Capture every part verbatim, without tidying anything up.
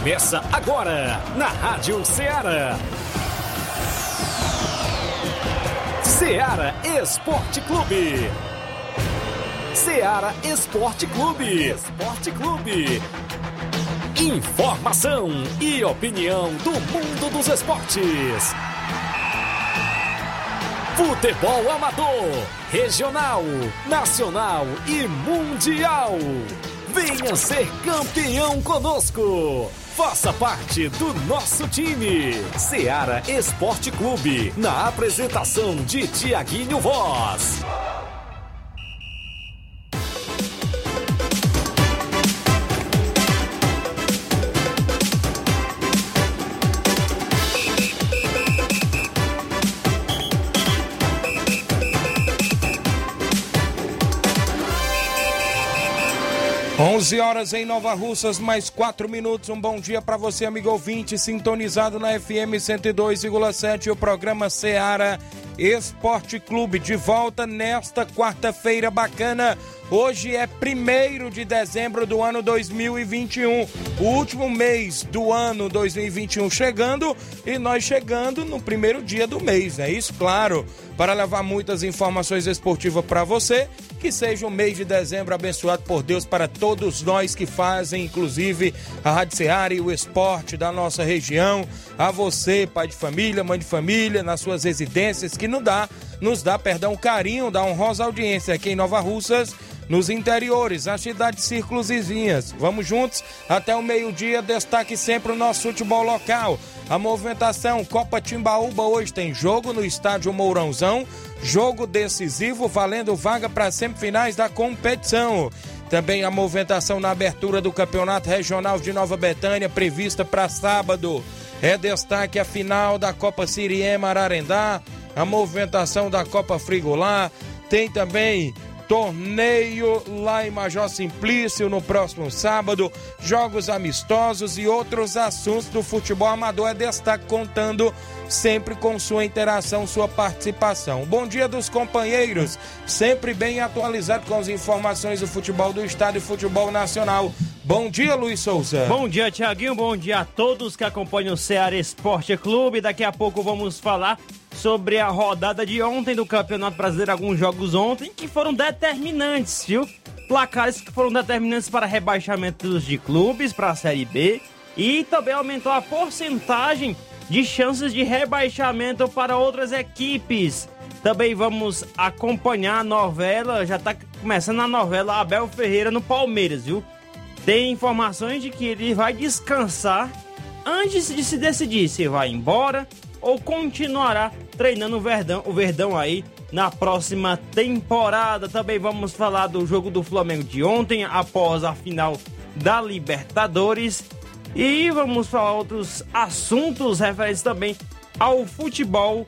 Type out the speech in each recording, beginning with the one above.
Começa agora na Rádio Ceará. Ceará Esporte Clube. Ceará Esporte Clube. Esporte Clube. Informação e opinião do mundo dos esportes. Futebol amador, regional, nacional e mundial. Venha ser campeão conosco. Faça parte do nosso time. Ceará Esporte Clube, na apresentação de Tiaguinho Voz. onze horas em Nova Russas, mais quatro minutos. Um bom dia para você, amigo ouvinte, sintonizado na F M cento e dois vírgula sete, o programa Ceará Esporte Clube, de volta nesta quarta-feira bacana. Hoje é primeiro de dezembro do ano dois mil e vinte e um, o último mês do ano dois mil e vinte e um chegando, e nós chegando no primeiro dia do mês, é isso? Claro, para levar muitas informações esportivas para você. Que seja um mês de dezembro abençoado por Deus para todos nós que fazem, inclusive, a Rádio Ceará e o esporte da nossa região. A você, pai de família, mãe de família, nas suas residências, que nos dá, nos dá, perdão, carinho, da honrosa audiência aqui em Nova Russas, nos interiores, as cidades círculos vizinhas. Vamos juntos até o meio-dia. Destaque sempre o nosso futebol local. A movimentação Copa Timbaúba, hoje tem jogo no estádio Mourãozão, jogo decisivo valendo vaga para as semifinais da competição. Também a movimentação na abertura do Campeonato Regional de Nova Betânia, prevista para sábado. É destaque a final da Copa Siriema Ararendá, a movimentação da Copa Frigolá. Tem também torneio lá em Major Simplício no próximo sábado, jogos amistosos e outros assuntos do futebol amador. É destaque, contando sempre com sua interação, sua participação. Bom dia dos companheiros, sempre bem atualizado com as informações do futebol do estado e futebol nacional. Bom dia, Luiz Souza. Bom dia, Tiaguinho. Bom dia a todos que acompanham o Ceará Esporte Clube. Daqui a pouco vamos falar sobre a rodada de ontem do Campeonato Brasileiro, alguns jogos ontem que foram determinantes, viu? Placares que foram determinantes para rebaixamentos de clubes para a Série B, e também aumentou a porcentagem de chances de rebaixamento para outras equipes. Também vamos acompanhar a novela, já está começando a novela Abel Ferreira no Palmeiras, viu? Tem informações de que ele vai descansar antes de se decidir se vai embora ou continuará treinando o Verdão, o Verdão aí na próxima temporada. Também vamos falar do jogo do Flamengo de ontem, após a final da Libertadores. E vamos falar outros assuntos referentes também ao futebol,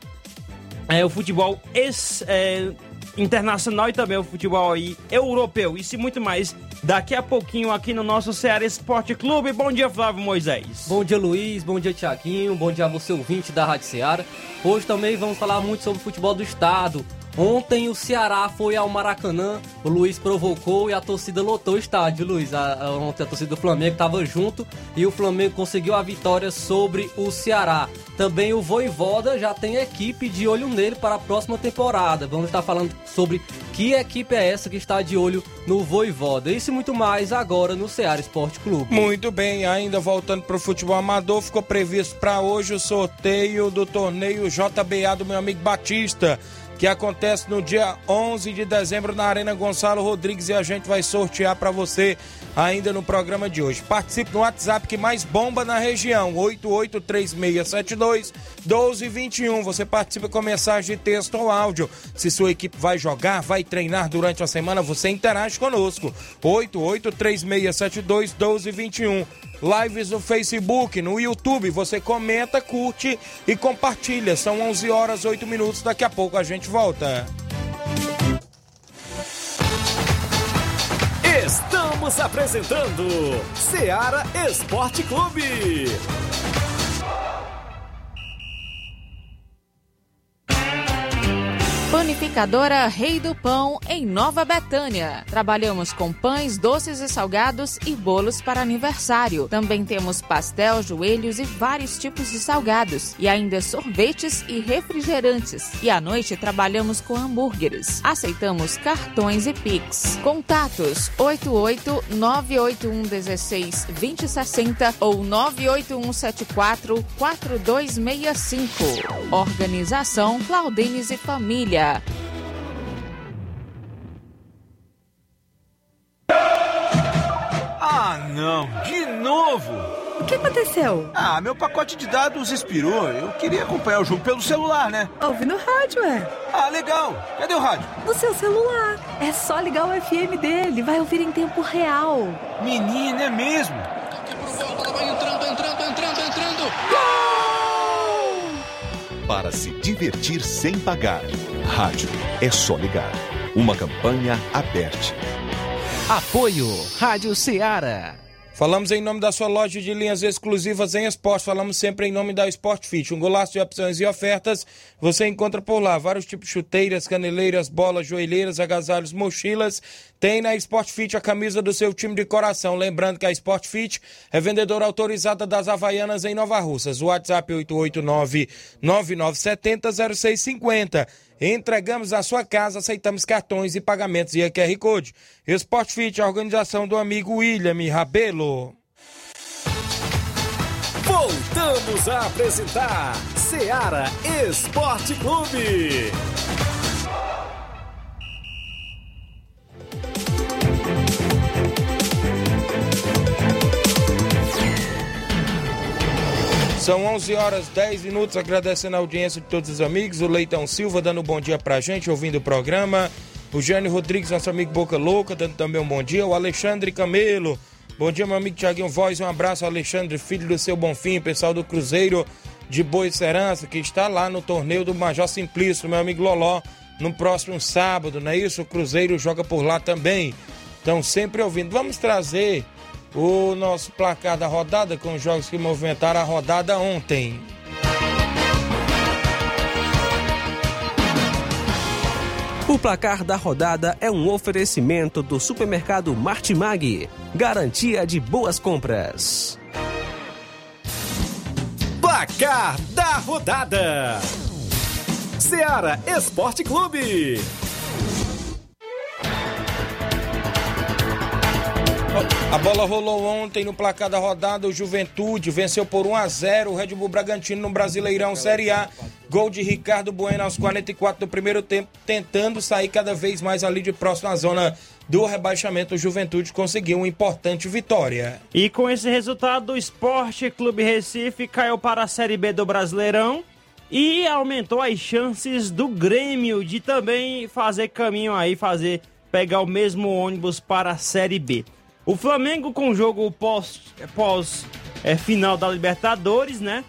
é, o futebol ex, é, internacional e também o futebol aí europeu. Isso e muito mais daqui a pouquinho aqui no nosso Ceará Esporte Clube. Bom dia, Flávio Moisés. Bom dia, Luiz. Bom dia, Tiaguinho. Bom dia a você, ouvinte da Rádio Ceará. Hoje também vamos falar muito sobre o futebol do estado. Ontem o Ceará foi ao Maracanã, o Luiz provocou e a torcida lotou o estádio, Luiz. A, a, ontem a torcida do Flamengo estava junto e o Flamengo conseguiu a vitória sobre o Ceará. Também o Vojvoda já tem equipe de olho nele para a próxima temporada. Vamos estar falando sobre que equipe é essa que está de olho no Vojvoda. Isso e muito mais agora no Ceará Esporte Clube. Muito bem, ainda voltando para o futebol amador, ficou previsto para hoje o sorteio do torneio J B A do meu amigo Batista, que acontece no dia onze de dezembro na Arena Gonçalo Rodrigues, e a gente vai sortear para você ainda no programa de hoje. Participe no WhatsApp que mais bomba na região, oito oito três seis sete dois um dois dois um. Você participa com mensagem de texto ou áudio. Se sua equipe vai jogar, vai treinar durante a semana, você interage conosco, oito oito três seis sete dois um dois dois um. Lives no Facebook, no YouTube, você comenta, curte e compartilha. São onze horas, oito minutos, daqui a pouco a gente volta. Estamos apresentando Ceará Esporte Clube. Panificadora Rei do Pão, em Nova Betânia. Trabalhamos com pães, doces e salgados e bolos para aniversário. Também temos pastel, joelhos e vários tipos de salgados. E ainda sorvetes e refrigerantes. E à noite trabalhamos com hambúrgueres. Aceitamos cartões e Pix. Contatos oito oito nove oito um um seis dois zero seis zero ou nove oito um sete quatro quatro dois seis cinco. Organização Claudines e Família. Ah, não! De novo! O que aconteceu? Ah, meu pacote de dados expirou. Eu queria acompanhar o jogo pelo celular, né? Ouve no rádio, é. Ah, legal! Cadê o rádio? No seu celular. É só ligar o F M dele. Vai ouvir em tempo real. Menina, é mesmo? Vai entrando, entrando, entrando, entrando. Gol! Para se divertir sem pagar. Rádio é só ligar. Uma campanha aberta. Apoio Rádio Ceará. Falamos em nome da sua loja de linhas exclusivas em esporte. Falamos sempre em nome da Sport Fit. Um golaço de opções e ofertas. Você encontra por lá vários tipos de chuteiras, caneleiras, bolas, joelheiras, agasalhos, mochilas. Tem na Sport Fit a camisa do seu time de coração. Lembrando que a Sport Fit é vendedora autorizada das Havaianas em Nova Russas. WhatsApp oito oito nove nove nove sete zero zero seis cinco zero. Entregamos a sua casa, aceitamos cartões e pagamentos via Q R Code. Sport Fit, a organização do amigo William Rabelo. Voltamos a apresentar Ceará Esporte Clube. São onze horas e dez minutos, agradecendo a audiência de todos os amigos. O Leitão Silva dando um bom dia pra gente, ouvindo o programa. O Jânio Rodrigues, nosso amigo Boca Louca, dando também um bom dia. O Alexandre Camelo. Bom dia, meu amigo Thiaguinho Voz. Um abraço, Alexandre, filho do seu Bonfim, pessoal do Cruzeiro de Boa Serança, que está lá no torneio do Major Simplício, meu amigo Loló, no próximo sábado, não é isso? O Cruzeiro joga por lá também. Então, sempre ouvindo. Vamos trazer o nosso placar da rodada com os jogos que movimentaram a rodada ontem. O placar da rodada é um oferecimento do supermercado Martimag. Garantia de boas compras. Placar da rodada: Ceará Esporte Clube. A bola rolou ontem no placar da rodada. O Juventude venceu por um a zero o Red Bull Bragantino no Brasileirão Série A. Gol de Ricardo Bueno aos quarenta e quatro do primeiro tempo, tentando sair cada vez mais ali de próximo à zona do rebaixamento. O Juventude conseguiu uma importante vitória. E com esse resultado, o Esporte Clube Recife caiu para a Série B do Brasileirão e aumentou as chances do Grêmio de também fazer caminho aí, fazer pegar o mesmo ônibus para a Série B. O Flamengo, com o jogo pós, pós é, final da Libertadores, né?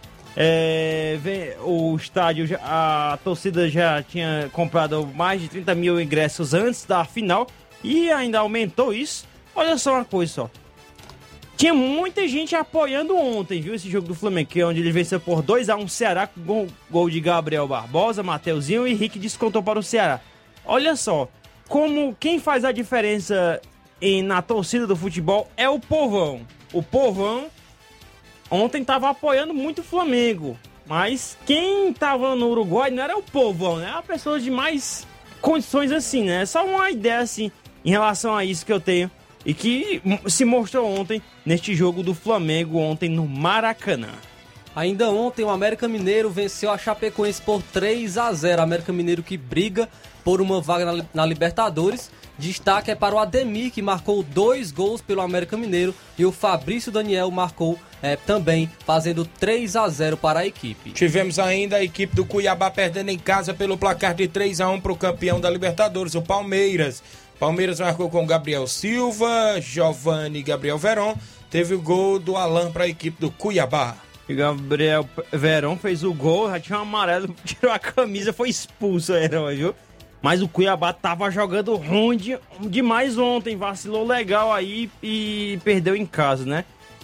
É, vem, o estádio, a torcida já tinha comprado mais de trinta mil ingressos antes da final e ainda aumentou isso. Olha só uma coisa só. Tinha muita gente apoiando ontem, viu? Esse jogo do Flamengo, que é onde ele venceu por dois a um Ceará, com gol, gol de Gabriel Barbosa, Mateuzinho e Henrique descontou para o Ceará. Olha só, como quem faz a diferença em, na torcida do futebol é o povão. O povão ontem estava apoiando muito o Flamengo, mas quem estava no Uruguai não era o povão, né? Era pessoas de mais condições assim, né? Só uma ideia assim em relação a isso que eu tenho e que se mostrou ontem neste jogo do Flamengo ontem no Maracanã. Ainda ontem o América Mineiro venceu a Chapecoense por três a zero. América Mineiro que briga por uma vaga na, na Libertadores. Destaque é para o Ademir, que marcou dois gols pelo América Mineiro, e o Fabrício Daniel marcou é, também, fazendo três a zero para a equipe. Tivemos ainda a equipe do Cuiabá perdendo em casa pelo placar de três a um para o campeão da Libertadores, o Palmeiras. Palmeiras marcou com Gabriel Silva, Giovanni e Gabriel Veron. Teve o gol do Alan para a equipe do Cuiabá. E Gabriel Veron fez o gol, já tinha um amarelo, tirou a camisa, foi expulso, Heron, viu? Mas o Cuiabá tava jogando ruim de, demais ontem, vacilou legal aí e perdeu em casa, né?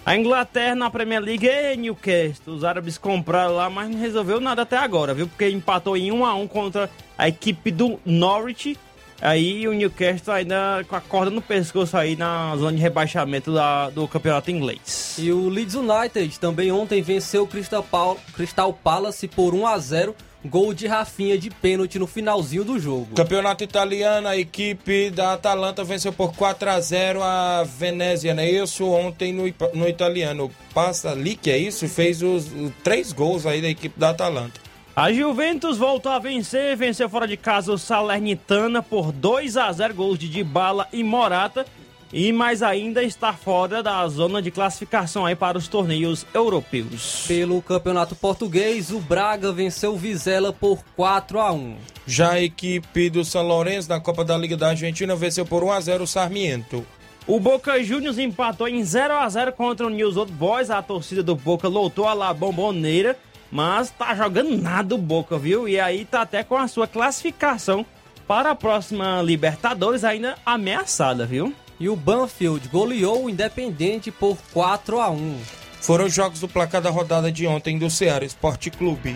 A Inglaterra na Premier League é Newcastle. Os árabes compraram lá, mas não resolveu nada até agora, viu? Porque empatou em um a um contra a equipe do Norwich. Aí o Newcastle ainda com a corda no pescoço aí na zona de rebaixamento da, do campeonato inglês. E o Leeds United também ontem venceu o Crystal, Pal- Crystal Palace por um a zero. Gol de Rafinha de pênalti no finalzinho do jogo. Campeonato italiano, a equipe da Atalanta venceu por quatro a zero a Venezia, não é isso? Ontem no, no italiano. Passa ali, que é isso? Fez os, os três gols aí da equipe da Atalanta. A Juventus voltou a vencer, venceu fora de casa o Salernitana por dois a zero, gols de Dybala e Morata. E mais ainda está fora da zona de classificação aí para os torneios europeus. Pelo Campeonato Português, o Braga venceu o Vizela por quatro a um. Já a equipe do São Lourenço na Copa da Liga da Argentina venceu por um a zero o Sarmiento. O Boca Juniors empatou em zero a zero contra o News Old Boys. A torcida do Boca lotou a La Bombonera, mas tá jogando nada o Boca, viu? E aí tá até com a sua classificação para a próxima Libertadores ainda ameaçada, viu? E o Banfield goleou o Independente por quatro a um. Foram os jogos do placar da rodada de ontem do Ceará Esporte Clube.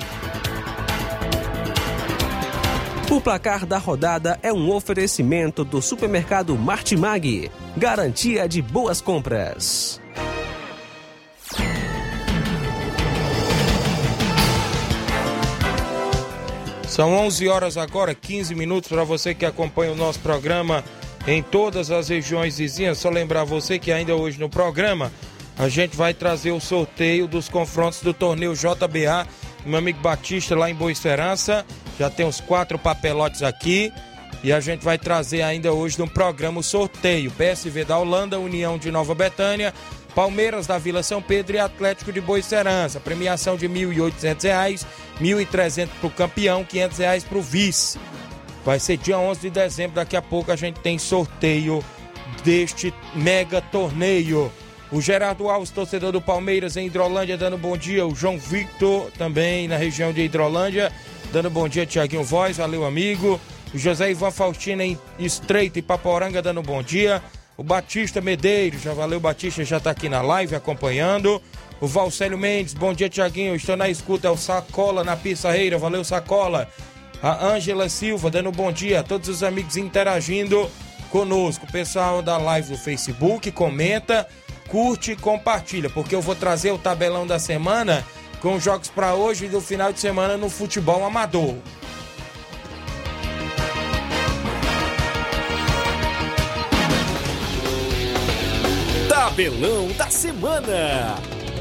O placar da rodada é um oferecimento do supermercado Martimag. Garantia de boas compras. São onze horas agora, quinze minutos para você que acompanha o nosso programa em todas as regiões vizinhas. Só lembrar você que ainda hoje no programa a gente vai trazer o sorteio dos confrontos do torneio J B A, meu amigo Batista lá em Boa Esperança. Já tem os quatro papelotes aqui e a gente vai trazer ainda hoje no programa o sorteio. P S V da Holanda, União de Nova Betânia, Palmeiras da Vila São Pedro e Atlético de Boa Esperança. Premiação de mil e oitocentos reais, mil e trezentos para o campeão, quinhentos reais para o vice. Vai ser dia onze de dezembro, daqui a pouco a gente tem sorteio deste mega torneio. O Gerardo Alves, torcedor do Palmeiras em Hidrolândia, dando bom dia. O João Victor, também na região de Hidrolândia, dando bom dia. Tiaguinho Voz, valeu amigo. O José Ivan Faustino em Estreito e Paporanga, dando bom dia. O Batista Medeiros, já valeu, Batista, já tá aqui na live acompanhando. O Valcélio Mendes, bom dia Tiaguinho, estou na escuta. É o Sacola na Pissarreira, valeu Sacola. A Ângela Silva dando bom dia a todos os amigos interagindo conosco. O pessoal da live do Facebook comenta, curte e compartilha, porque eu vou trazer o tabelão da semana com jogos para hoje e do final de semana no futebol amador. Tabelão da semana.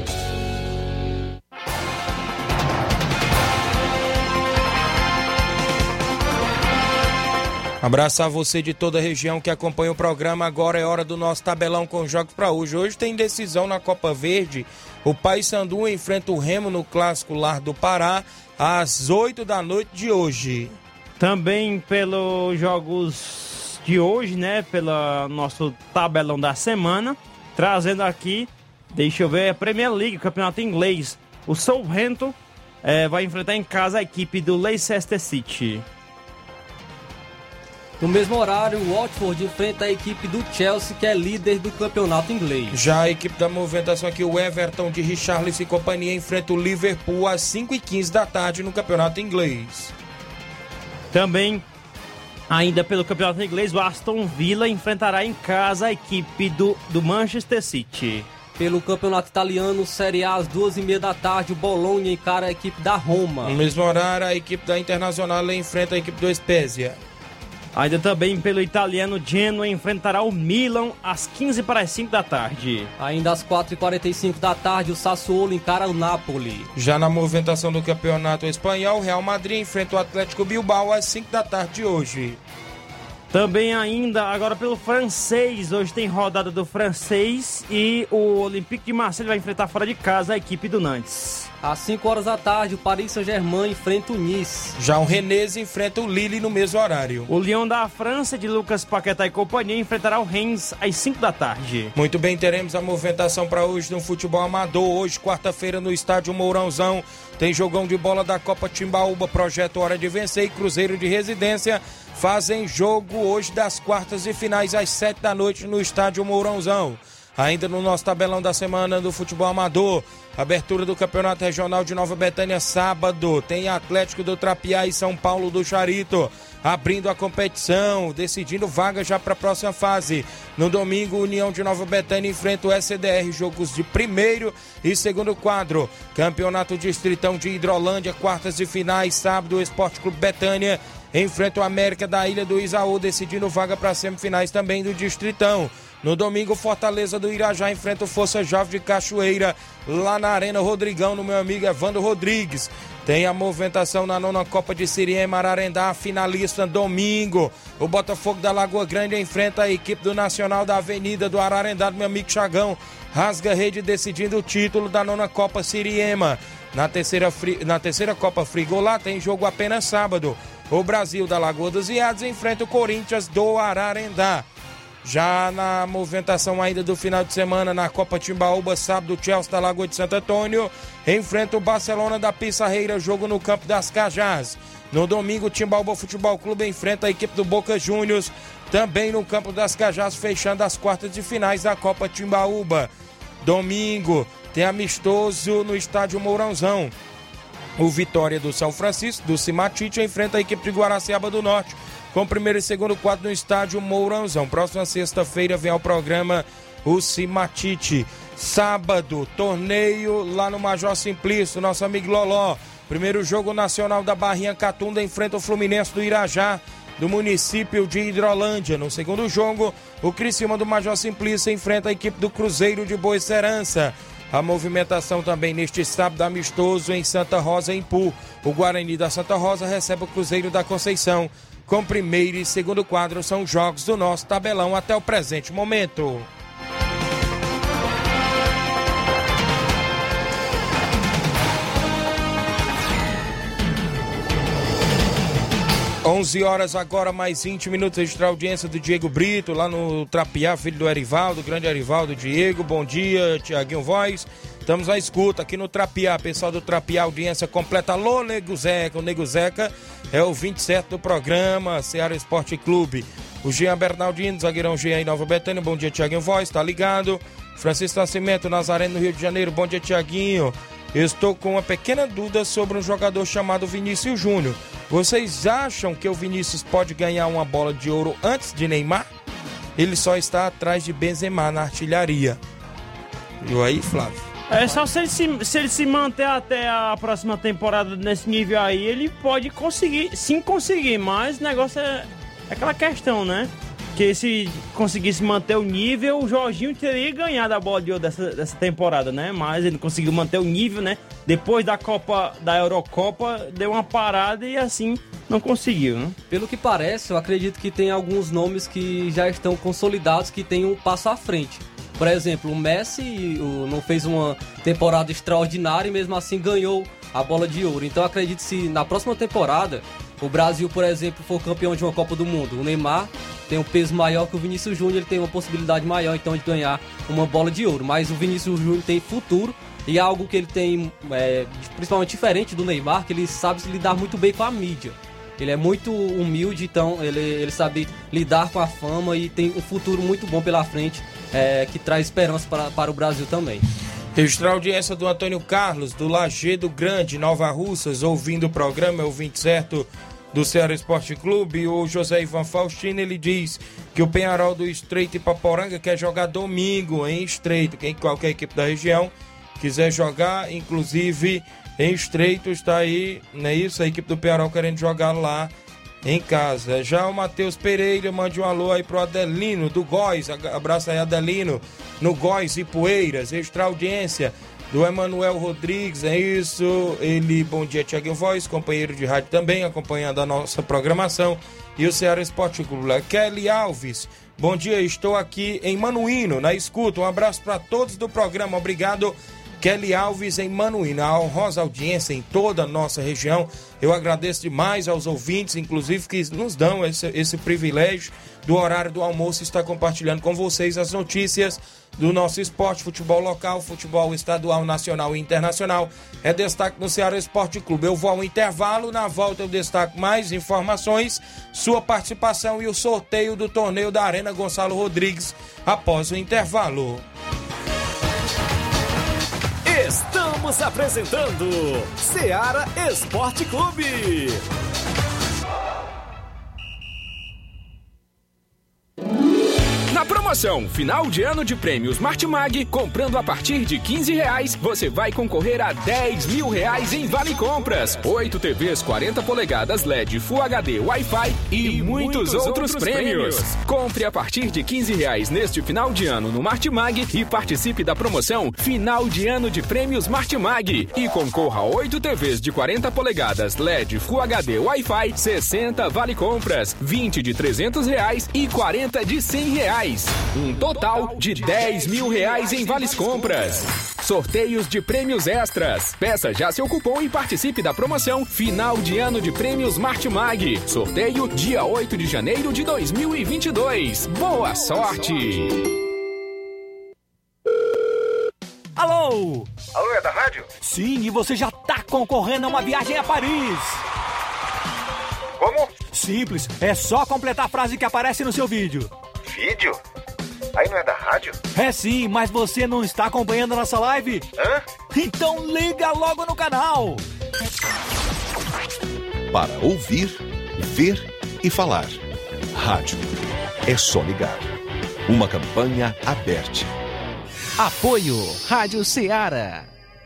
Abraçar você de toda a região que acompanha o programa. Agora é hora do nosso tabelão com jogos para hoje. Hoje tem decisão na Copa Verde. O Paysandu enfrenta o Remo no Clássico Lar do Pará às oito da noite de hoje. Também pelos jogos de hoje, né? Pelo nosso tabelão da semana. Trazendo aqui, deixa eu ver, a Premier League, campeonato inglês. O Southampton é, vai enfrentar em casa a equipe do Leicester City. No mesmo horário, o Watford enfrenta a equipe do Chelsea, que é líder do campeonato inglês. Já a equipe da movimentação aqui, o Everton de Richarlison e companhia, enfrenta o Liverpool às cinco e quinze da tarde no campeonato inglês. Também, ainda pelo campeonato inglês, o Aston Villa enfrentará em casa a equipe do, do Manchester City. Pelo campeonato italiano, Série A, às duas e meia da tarde, o Bologna encara a equipe da Roma. No mesmo horário, a equipe da Internazionale enfrenta a equipe do Spezia. Ainda também pelo italiano, Genoa enfrentará o Milan às quinze para as cinco da tarde. Ainda às quatro e quarenta e cinco da tarde, o Sassuolo encara o Napoli. Já na movimentação do campeonato espanhol, o Real Madrid enfrenta o Atlético Bilbao às cinco da tarde de hoje. Também ainda, agora pelo francês, hoje tem rodada do francês e o Olympique de Marseille vai enfrentar fora de casa a equipe do Nantes. Às cinco horas da tarde, o Paris Saint-Germain enfrenta o Nice. Já o Rennes enfrenta o Lille no mesmo horário. O Lyon da França, de Lucas Paquetá e companhia, enfrentará o Reims às cinco da tarde. Muito bem, teremos a movimentação para hoje no futebol amador. Hoje, quarta-feira, no estádio Mourãozão, tem jogão de bola da Copa Timbaúba, Projeto Hora de Vencer e Cruzeiro de Residência fazem jogo hoje das quartas e finais às sete da noite no estádio Mourãozão. Ainda no nosso tabelão da semana do futebol amador, abertura do Campeonato Regional de Nova Betânia sábado, tem Atlético do Trapiá e São Paulo do Charito abrindo a competição, decidindo vaga já para a próxima fase. No domingo, União de Nova Betânia enfrenta o S C D R, jogos de primeiro e segundo quadro. Campeonato Distritão de Hidrolândia, quartas de finais, sábado, o Esporte Clube Betânia enfrenta o América da Ilha do Isaú, decidindo vaga para semifinais também do Distritão. No domingo, Fortaleza do Irajá enfrenta o Força Jovem de Cachoeira, lá na Arena Rodrigão, no meu amigo Evandro Rodrigues. Tem a movimentação na nona Copa de Siriema, Ararendá, finalista domingo. O Botafogo da Lagoa Grande enfrenta a equipe do Nacional da Avenida do Ararendá, do meu amigo Chagão. Rasga rede decidindo o título da nona Copa Siriema. Na terceira, na terceira Copa Frigolá tem jogo apenas sábado. O Brasil da Lagoa dos Iados enfrenta o Corinthians do Ararendá. Já na movimentação ainda do final de semana na Copa Timbaúba, sábado, o Chelsea da Lagoa de Santo Antônio enfrenta o Barcelona da Pissarreira, jogo no Campo das Cajás. No domingo, o Timbaúba Futebol Clube enfrenta a equipe do Boca Juniors, também no Campo das Cajás, fechando as quartas de finais da Copa Timbaúba. Domingo, tem amistoso no Estádio Mourãozão. O Vitória do São Francisco, do Cimatite, enfrenta a equipe de Guaraciaba do Norte, com primeiro e segundo quadro no Estádio Mourãozão. Próxima sexta-feira vem ao programa o Cimatite. Sábado, torneio lá no Major Simplício, nosso amigo Loló. Primeiro jogo nacional da Barrinha Catunda enfrenta o Fluminense do Irajá, do município de Hidrolândia. No segundo jogo, o Criciúma do Major Simplício enfrenta a equipe do Cruzeiro de Boa Serança. A movimentação também neste sábado amistoso em Santa Rosa, em Pu. O Guarani da Santa Rosa recebe o Cruzeiro da Conceição. Com primeiro e segundo quadro são jogos do nosso tabelão até o presente momento. onze horas agora, mais vinte minutos, extra audiência do Diego Brito, lá no Trapiá, filho do Erivaldo, grande Erivaldo, Diego. Bom dia, Tiaguinho Voz. Estamos à escuta aqui no Trapiá, pessoal do Trapiá, audiência completa. Alô, Nego Zeca. O Nego Zeca é o vinte e sete do programa Ceará Esporte Clube. O Jean Bernardino, zagueirão Jean em Nova Betânia. Bom dia, Tiaguinho Voz, tá ligado? Francisco Nascimento, Nazareno, no Rio de Janeiro. Bom dia, Tiaguinho. Eu estou com uma pequena dúvida sobre um jogador chamado Vinícius Júnior. Vocês acham que o Vinícius pode ganhar uma bola de ouro antes de Neymar? Ele só está atrás de Benzema na artilharia. Viu aí, Flávio? É só se ele se, se ele se manter até a próxima temporada nesse nível aí, ele pode conseguir, sim conseguir, mas o negócio é, é aquela questão, né? Que se conseguisse manter o nível, o Jorginho teria ganhado a bola de ouro dessa, dessa temporada, né? Mas ele conseguiu manter o nível, né? Depois da Copa, da Eurocopa, deu uma parada e assim não conseguiu, né? Pelo que parece, eu acredito que tem alguns nomes que já estão consolidados, que tem um passo à frente. Por exemplo, o Messi o, não fez uma temporada extraordinária e mesmo assim ganhou a bola de ouro. Então eu acredito que se na próxima temporada o Brasil, por exemplo, for campeão de uma Copa do Mundo, o Neymar tem um peso maior que o Vinícius Júnior, ele tem uma possibilidade maior então de ganhar uma bola de ouro. Mas o Vinícius Júnior tem futuro e é algo que ele tem, é, principalmente diferente do Neymar, que ele sabe se lidar muito bem com a mídia. Ele é muito humilde, então ele, ele sabe lidar com a fama e tem um futuro muito bom pela frente, é, que traz esperança para, para o Brasil também. Registrar a audiência do Antônio Carlos, do Lajeado Grande, Nova Russas, ouvindo o programa, é o vinte e sete do Ceará Esporte Clube. O José Ivan Faustino, ele diz que o Penharol do Estreito Ipaporanga quer jogar domingo em Estreito. Quem qualquer equipe da região quiser jogar, inclusive em Estreito, está aí, não é isso? A equipe do Penharol querendo jogar lá em casa. Já o Matheus Pereira, mande um alô aí pro Adelino do Góis, abraço aí Adelino, no Góis e Poeiras. Extra audiência do Emanuel Rodrigues, é isso, ele, bom dia Tiaguinho Voz, companheiro de rádio também, acompanhando a nossa programação, e o Ceará Esporte Clube. Kelly Alves, bom dia, estou aqui em Manuíno, na escuta, um abraço para todos do programa, obrigado Kelly Alves em Manuína, a honrosa audiência em toda a nossa região. Eu agradeço demais aos ouvintes, inclusive, que nos dão esse, esse privilégio do horário do almoço, estar compartilhando com vocês as notícias do nosso esporte, futebol local, futebol estadual, nacional e internacional. É destaque no Ceará Esporte Clube. Eu vou ao intervalo, na volta eu destaco mais informações, sua participação e o sorteio do torneio da Arena Gonçalo Rodrigues após o intervalo. Estamos apresentando Ceará Esporte Clube. Na promoção Final de Ano de Prêmios Martimag, comprando a partir de quinze reais, você vai concorrer a dez mil reais em Vale Compras, oito T Vs quarenta polegadas L E D Full H D Wi-Fi e, e muitos, muitos outros, outros prêmios. prêmios. Compre a partir de quinze reais neste final de ano no Martimag e participe da promoção Final de Ano de Prêmios Martimag e concorra a oito T Vs de quarenta polegadas L E D Full H D Wi-Fi, sessenta Vale Compras, vinte de trezentos reais e quarenta de cem reais. Um total de dez mil reais em vales compras. Sorteios de prêmios extras. Peça já seu cupom e participe da promoção Final de Ano de Prêmios Martimag. Sorteio dia oito de janeiro de dois mil e vinte e dois. Boa sorte! Alô? Alô, é da rádio? Sim, e você já tá concorrendo a uma viagem a Paris. Como? Simples, é só completar a frase que aparece no seu vídeo. Vídeo? Aí não é da rádio? É sim, mas você não está acompanhando a nossa live? Hã? Então liga logo no canal! Para ouvir, ver e falar. Rádio. É só ligar. Uma campanha aberta. Apoio Rádio Ceará.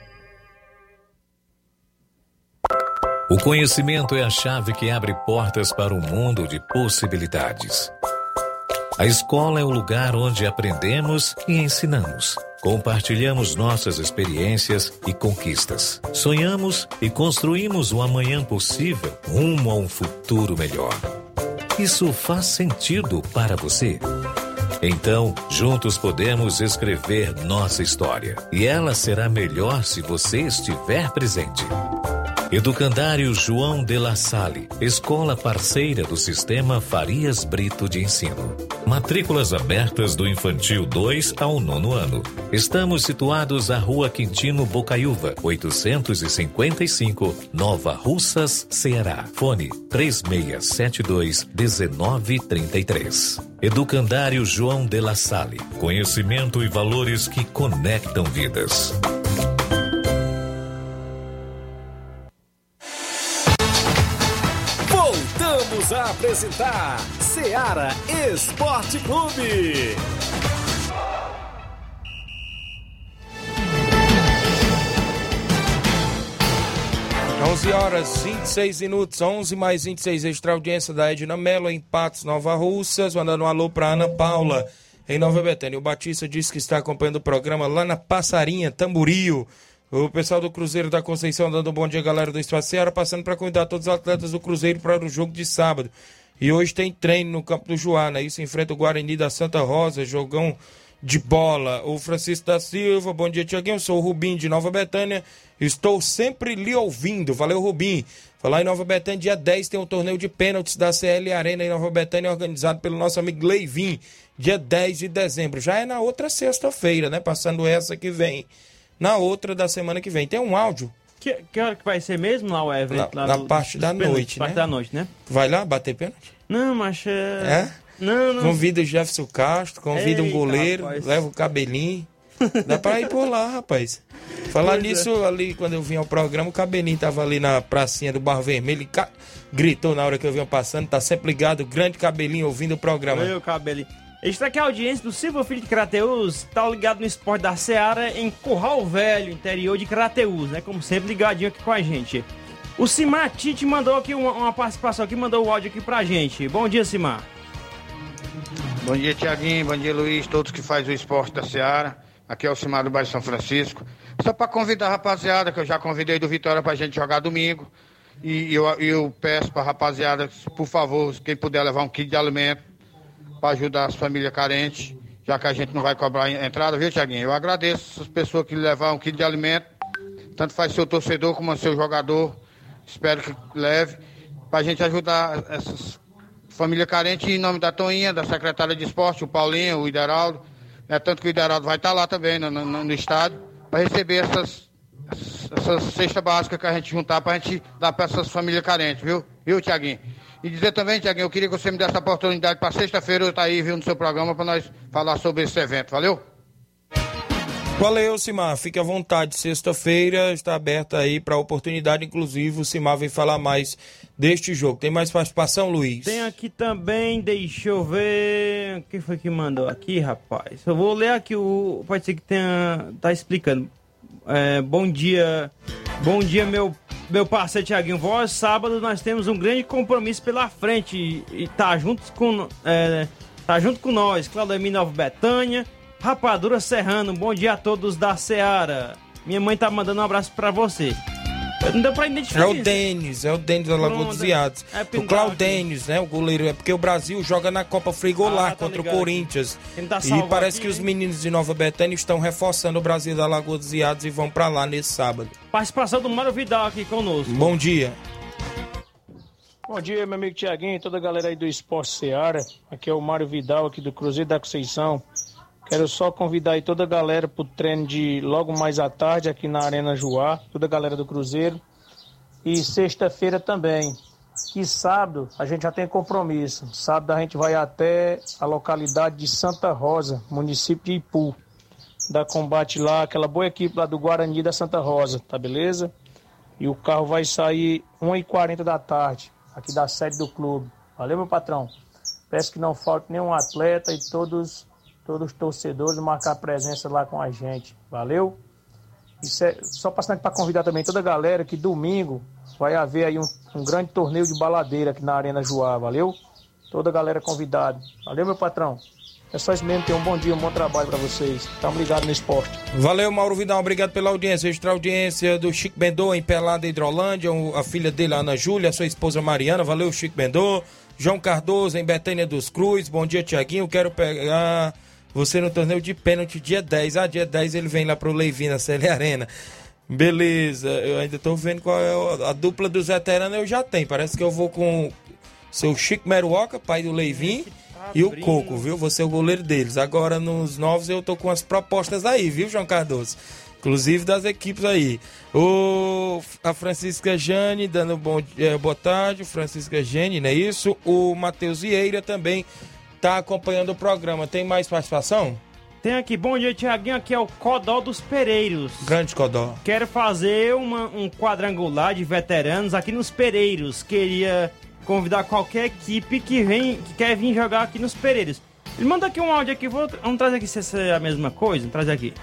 O conhecimento é a chave que abre portas para um mundo de possibilidades. A escola é o lugar onde aprendemos e ensinamos. Compartilhamos nossas experiências e conquistas. Sonhamos e construímos um amanhã possível rumo a um futuro melhor. Isso faz sentido para você? Então, juntos podemos escrever nossa história. E ela será melhor se você estiver presente. Educandário João de La Salle, escola parceira do Sistema Farias Brito de Ensino. Matrículas abertas do Infantil dois ao nono ano. Estamos situados à Rua Quintino Bocaiúva, oitocentos e cinquenta e cinco, Nova Russas, Ceará. Fone três seis sete dois, um nove três três. Educandário João de La Salle, conhecimento e valores que conectam vidas. Voltamos a apresentar Ceará Esporte Clube. onze horas e vinte e seis minutos, onze mais vinte e seis, extra audiência da Edna Mello em Patos, Nova Russas, mandando um alô para Ana Paula em Nova Betânia. O Batista disse que está acompanhando o programa lá na Passarinha, Tamboril. O pessoal do Cruzeiro da Conceição dando um bom dia, galera do Espaço Ceará, passando para cuidar todos os atletas do Cruzeiro para o jogo de sábado. E hoje tem treino no campo do Juá, Isso enfrenta o Guarani da Santa Rosa, jogão de bola. O Francisco da Silva, bom dia, Tiaguinho, sou o Rubim de Nova Betânia, estou sempre lhe ouvindo, valeu, Rubim. Falar em Nova Betânia, dia dez tem um torneio de pênaltis da C L Arena em Nova Betânia, organizado pelo nosso amigo Leivin, dia dez de dezembro, já é na outra sexta-feira, né, passando essa que vem, na outra da semana que vem. Tem um áudio. Que, que hora que vai ser mesmo lá o evento? Na, lá na do, parte da noite, parte né? da noite, né? Vai lá bater pênalti? Não, mas... É? é? Não, não. Convida o Jefferson Castro, convida Eita, um goleiro, rapaz. Leva o cabelinho. Dá pra ir por lá, rapaz. Falar pois nisso, é. ali, quando eu vim ao programa, o cabelinho tava ali na pracinha do Barro Vermelho e ca... gritou na hora que eu vinha passando, tá sempre ligado, grande cabelinho ouvindo o programa. Meu cabelinho. Está aqui a audiência do Silva Filho de Crateús, tá ligado no esporte da Ceará em Curral Velho, interior de Crateús, né? Como sempre, ligadinho aqui com a gente. O Simar Tite mandou aqui uma, uma participação aqui, mandou o áudio aqui pra gente. Bom dia, Simar. Bom dia, Tiaguinho, bom dia, Luiz, todos que fazem o esporte da Ceará. Aqui é o Simar do bairro São Francisco. Só para convidar a rapaziada, que eu já convidei do Vitória pra gente jogar domingo. E eu, eu peço pra rapaziada, por favor, quem puder levar um kit de alimento para ajudar as famílias carentes já que a gente não vai cobrar entrada, viu, Tiaguinho? Eu agradeço as pessoas que levaram um quilo de alimento, tanto faz seu torcedor como seu jogador, espero que leve, para a gente ajudar essas famílias carentes, em nome da Toinha, da secretária de esporte, o Paulinho, o Ideraldo, né? Tanto que o Ideraldo vai estar lá também no, no, no estádio, para receber essas, essas cestas básicas que a gente juntar, para a gente dar para essas famílias carentes, viu, viu, Tiaguinho? E dizer também, Tiaguinho, eu queria que você me desse a oportunidade para sexta-feira eu estar aí, viu, no seu programa, para nós falar sobre esse evento, valeu? Valeu, Simar. Fique à vontade. Sexta-feira está aberta aí para a oportunidade. Inclusive, o Simar vem falar mais deste jogo. Tem mais participação, Luiz? Tem aqui também, deixa eu ver. Quem foi que mandou aqui, rapaz? Eu vou ler aqui o. Pode ser que tenha. Tá explicando. É, bom dia. Bom dia, meu, meu parceiro Thiaguinho Voz. Sábado nós temos um grande compromisso pela frente. E, e tá junto com. É, tá junto com nós. Claudemir Nova Betânia. Rapadura Serrano, bom dia a todos da Seara. Minha mãe tá mandando um abraço pra você. Não deu pra identificar. É o Denis, é o Denis da Lagoa dos Iados. É o Claudênis, né? O goleiro. É porque o Brasil joga na Copa Frigolar ah, contra ligado. o Corinthians. Tá e parece aqui, que hein? os meninos de Nova Betânia estão reforçando o Brasil da Lagoa dos Iados e vão pra lá nesse sábado. Participação do Mário Vidal aqui conosco. Bom dia. Bom dia, meu amigo Tiaguinho e toda a galera aí do Esporte Seara. Aqui é o Mário Vidal, aqui do Cruzeiro da Conceição. Quero só convidar aí toda a galera pro treino de logo mais à tarde aqui na Arena Juá, toda a galera do Cruzeiro. E sexta-feira também. Que sábado a gente já tem compromisso. Sábado a gente vai até a localidade de Santa Rosa, município de Ipu. Dar combate lá, aquela boa equipe lá do Guarani da Santa Rosa, tá beleza? E o carro vai sair uma e quarenta da tarde, aqui da sede do clube. Valeu, meu patrão? Peço que não falte nenhum atleta e todos... todos os torcedores marcar presença lá com a gente, valeu? Isso é, só passando para convidar também toda a galera que domingo vai haver aí um, um grande torneio de baladeira aqui na Arena Juá, valeu? Toda a galera convidada, valeu, meu patrão? É só isso mesmo, tenham um bom dia, um bom trabalho para vocês, estamos ligados no esporte. Valeu, Mauro Vidal, obrigado pela audiência, extra audiência do Chico Bendô em Pelada, Hidrolândia, a filha dele, Ana Júlia, a sua esposa Mariana, valeu, Chico Bendô. João Cardoso em Betânia dos Cruz, bom dia, Tiaguinho, quero pegar... você no torneio de pênalti dia dez. Ah, dia dez ele vem lá pro Leivin, na C L Arena. Beleza, eu ainda tô vendo qual é a dupla dos veteranos, eu já tenho. Parece que eu vou com o seu Chico Meruoca, pai do Leivin, e o Coco, viu? Vou ser o goleiro deles. Agora nos novos eu tô com as propostas aí, viu, João Cardoso? Inclusive das equipes aí. O, a Francisca Jane dando bom, é, boa tarde, Francisca Jane, não é isso? O Matheus Vieira também tá acompanhando o programa. Tem mais participação? Tem aqui, bom dia, Tiaguinho, aqui é o Codó dos Pereiros. Grande Codó. Quero fazer uma, um quadrangular de veteranos aqui nos Pereiros. Queria convidar qualquer equipe que, vem, que quer vir jogar aqui nos Pereiros. Ele manda aqui um áudio aqui, vou, vamos trazer aqui se é a mesma coisa, vamos trazer aqui.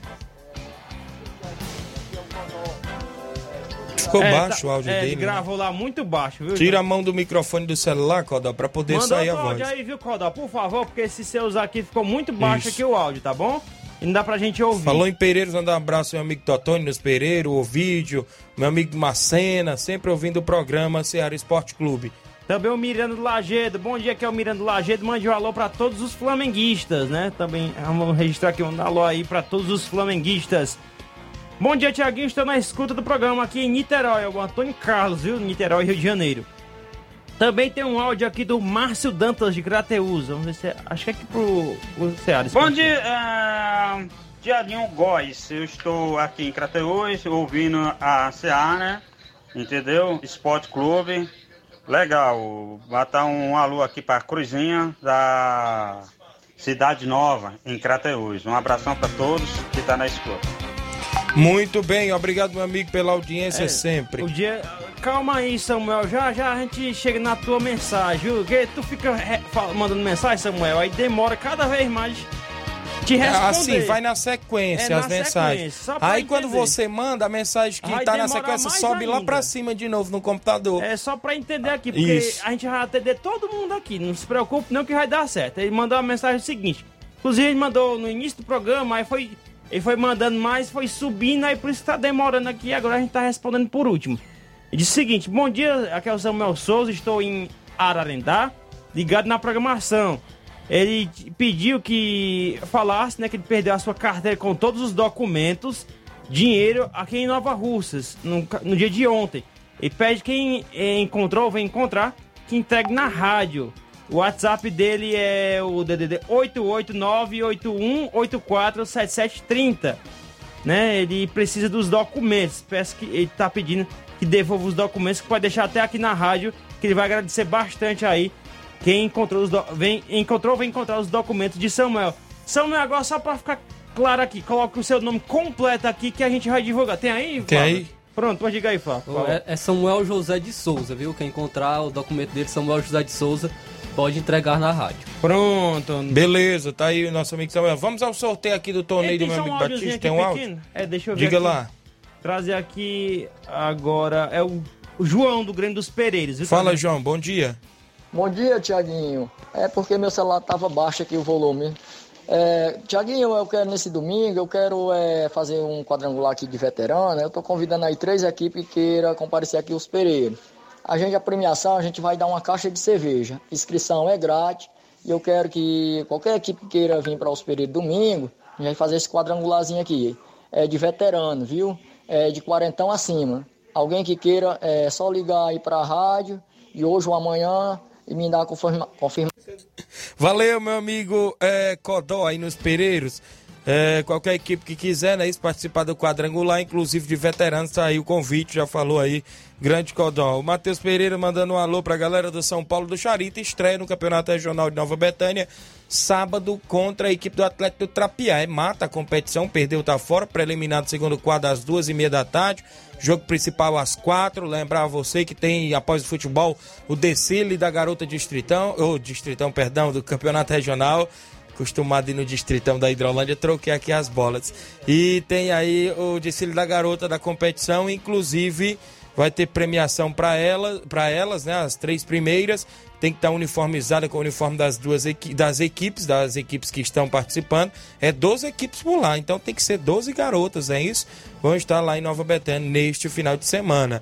Ficou é, baixo tá, o áudio é, dele. Ele gravou né? lá muito baixo, viu? Tira a mão do microfone do celular, Codó, pra poder Manda sair a voz. Manda aí, viu, Codó? Por favor, porque se você usar aqui ficou muito baixo Isso. aqui o áudio, tá bom? E não dá pra gente ouvir. Falou em Pereiros, mandar um abraço ao meu amigo Totônio nos Pereiros, o Ovídio, meu amigo Macena, sempre ouvindo o programa Ceará Esporte Clube. Também o Miranda do Lagedo, bom dia, aqui é o Miranda do Lagedo, mande um alô pra todos os flamenguistas, né? Também vamos registrar aqui um alô aí pra todos os flamenguistas. Bom dia, Tiaguinho, estou na escuta do programa aqui em Niterói, é o Antônio Carlos, viu? Niterói, Rio de Janeiro. Também tem um áudio aqui do Márcio Dantas de Crateús, vamos ver se é, acho que é aqui pro, pro Ceará. Bom dia, uh, Tiaguinho Góes, eu estou aqui em Crateús, ouvindo a Ceará, entendeu? Esporte Clube, legal, botar um alô aqui para a Cruzinha da Cidade Nova, em Crateús. Um abração para todos que estão tá na escuta. Muito bem, obrigado, meu amigo, pela audiência é, sempre. O dia... Calma aí, Samuel, já já a gente chega na tua mensagem, viu? Porque tu fica re... mandando mensagem, Samuel, aí demora cada vez mais te responder. Assim, vai na sequência é, as na mensagens. Sequência, aí entender. Quando você manda, a mensagem que vai tá na sequência sobe ainda. Lá pra cima de novo no computador. É só pra entender aqui, porque Isso. a gente vai atender todo mundo aqui, não se preocupe não que vai dar certo. Ele mandou a mensagem seguinte, inclusive ele mandou no início do programa, aí foi... Ele foi mandando mais, foi subindo, aí por isso que tá demorando aqui, agora a gente tá respondendo por último. Ele disse o seguinte, bom dia, aqui é o Samuel Souza, estou em Ararendá, ligado na programação. ele pediu que falasse, né, que ele perdeu a sua carteira com todos os documentos, dinheiro aqui em Nova Russas, no, no dia de ontem. Ele pede quem encontrou, vem encontrar, que entregue na rádio. O WhatsApp dele é o D D D oito oito nove oito um oito quatro sete sete três zero, né? Ele precisa dos documentos. Peço que ele tá pedindo que devolva os documentos, que pode deixar até aqui na rádio, que ele vai agradecer bastante aí. Quem encontrou, os do... vem, encontrou, vem encontrar os documentos de Samuel. Samuel, agora só para ficar claro aqui, coloque o seu nome completo aqui que a gente vai divulgar. Tem aí? Tem aí? Pronto, pode dizer aí, Fábio. É, é Samuel José de Souza, viu? Quem encontrar o documento dele, Samuel José de Souza, pode entregar na rádio. Pronto. Beleza, tá aí o nosso amigo Samuel. Vamos ao sorteio aqui do torneio do meu amigo um Batista. Tem um áudio? É, deixa eu ver. Diga aqui. lá. Trazer aqui agora, é o, o João do Grande dos Pereiros. Viu? Fala, João, bom dia. Bom dia, Tiaguinho. É porque meu celular tava baixo aqui o volume. É, Tiaguinho, eu quero nesse domingo, eu quero é, fazer um quadrangular aqui de veterano. Eu tô convidando aí três equipes que queiram comparecer aqui os Pereiros. A gente, a premiação, a gente vai dar uma caixa de cerveja. Inscrição é grátis. E eu quero que qualquer equipe que queira vir para os Pereiros domingo, a gente vai fazer esse quadrangularzinho aqui. É de veterano, viu? É de quarentão acima. Alguém que queira, é só ligar aí para a rádio, e hoje ou amanhã, e me dar a confirma, confirma. Valeu, meu amigo é, Codó aí nos Pereiros. É, qualquer equipe que quiser, né, isso, participar do quadrangular, inclusive de veteranos, tá aí o convite, já falou aí, grande Codó. O Matheus Pereira mandando um alô pra galera do São Paulo do Charito, estreia no Campeonato Regional de Nova Betânia, sábado contra a equipe do Atlético do Trapiá. É mata a competição, perdeu, tá fora, preliminar do segundo quadro às duas e meia da tarde, jogo principal às quatro. Lembrar a você que tem, após o futebol, o desfile da garota Distritão, ou Distritão, perdão, do Campeonato Regional, acostumado ir no Distritão da Hidrolândia, troquei aqui as bolas. E tem aí o desfile da garota da competição, inclusive vai ter premiação para ela, para elas, né, as três primeiras, tem que estar uniformizada com o uniforme das duas equi- das equipes, das equipes que estão participando. É doze equipes por lá, então tem que ser doze garotas, é isso? Vão estar lá em Nova Betânia neste final de semana.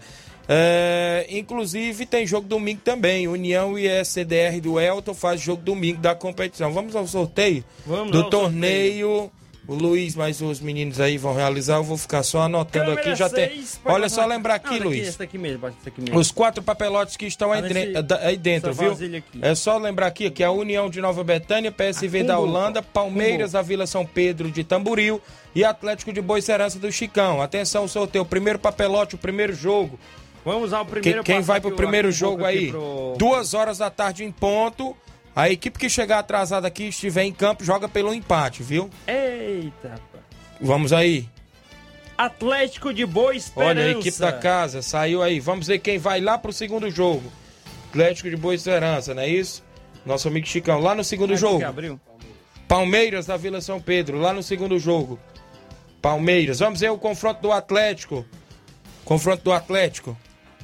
É, inclusive tem jogo domingo também. União e S C D R do Elton faz jogo domingo da competição. Vamos ao sorteio Vamos do ao torneio. Sorteio. O Luiz, mas os meninos aí vão realizar. Eu vou ficar só anotando Câmera aqui. Já tem. seis, Olha só, lembrar aqui, Não, daqui, Luiz. esse daqui mesmo, esse daqui mesmo. Os quatro papelotes que estão aí, Tá dre- nesse- da- aí dentro, essa viu? vasilha aqui. É só lembrar aqui que a União de Nova Betânia, P S V Ah, da Cumbu, Holanda, Palmeiras da Vila São Pedro de Tamboril e Atlético de Boicerança do Chicão. Atenção, sorteio. O primeiro papelote, o primeiro jogo. Vamos ao primeiro. Quem, quem vai pro pro primeiro jogo aí? Pro... Duas horas da tarde em ponto. A equipe que chegar atrasada aqui, estiver em campo, joga pelo empate, viu? Eita, rapaz. Vamos aí. Atlético de Boa Esperança. Olha, a equipe da casa saiu aí. Vamos ver quem vai lá pro segundo jogo. Atlético de Boa Esperança, não é isso? Nosso amigo Chicão, lá no segundo Ai, jogo. que abriu. Palmeiras da Vila São Pedro, lá no segundo jogo. Palmeiras. Vamos ver o confronto do Atlético. Confronto do Atlético.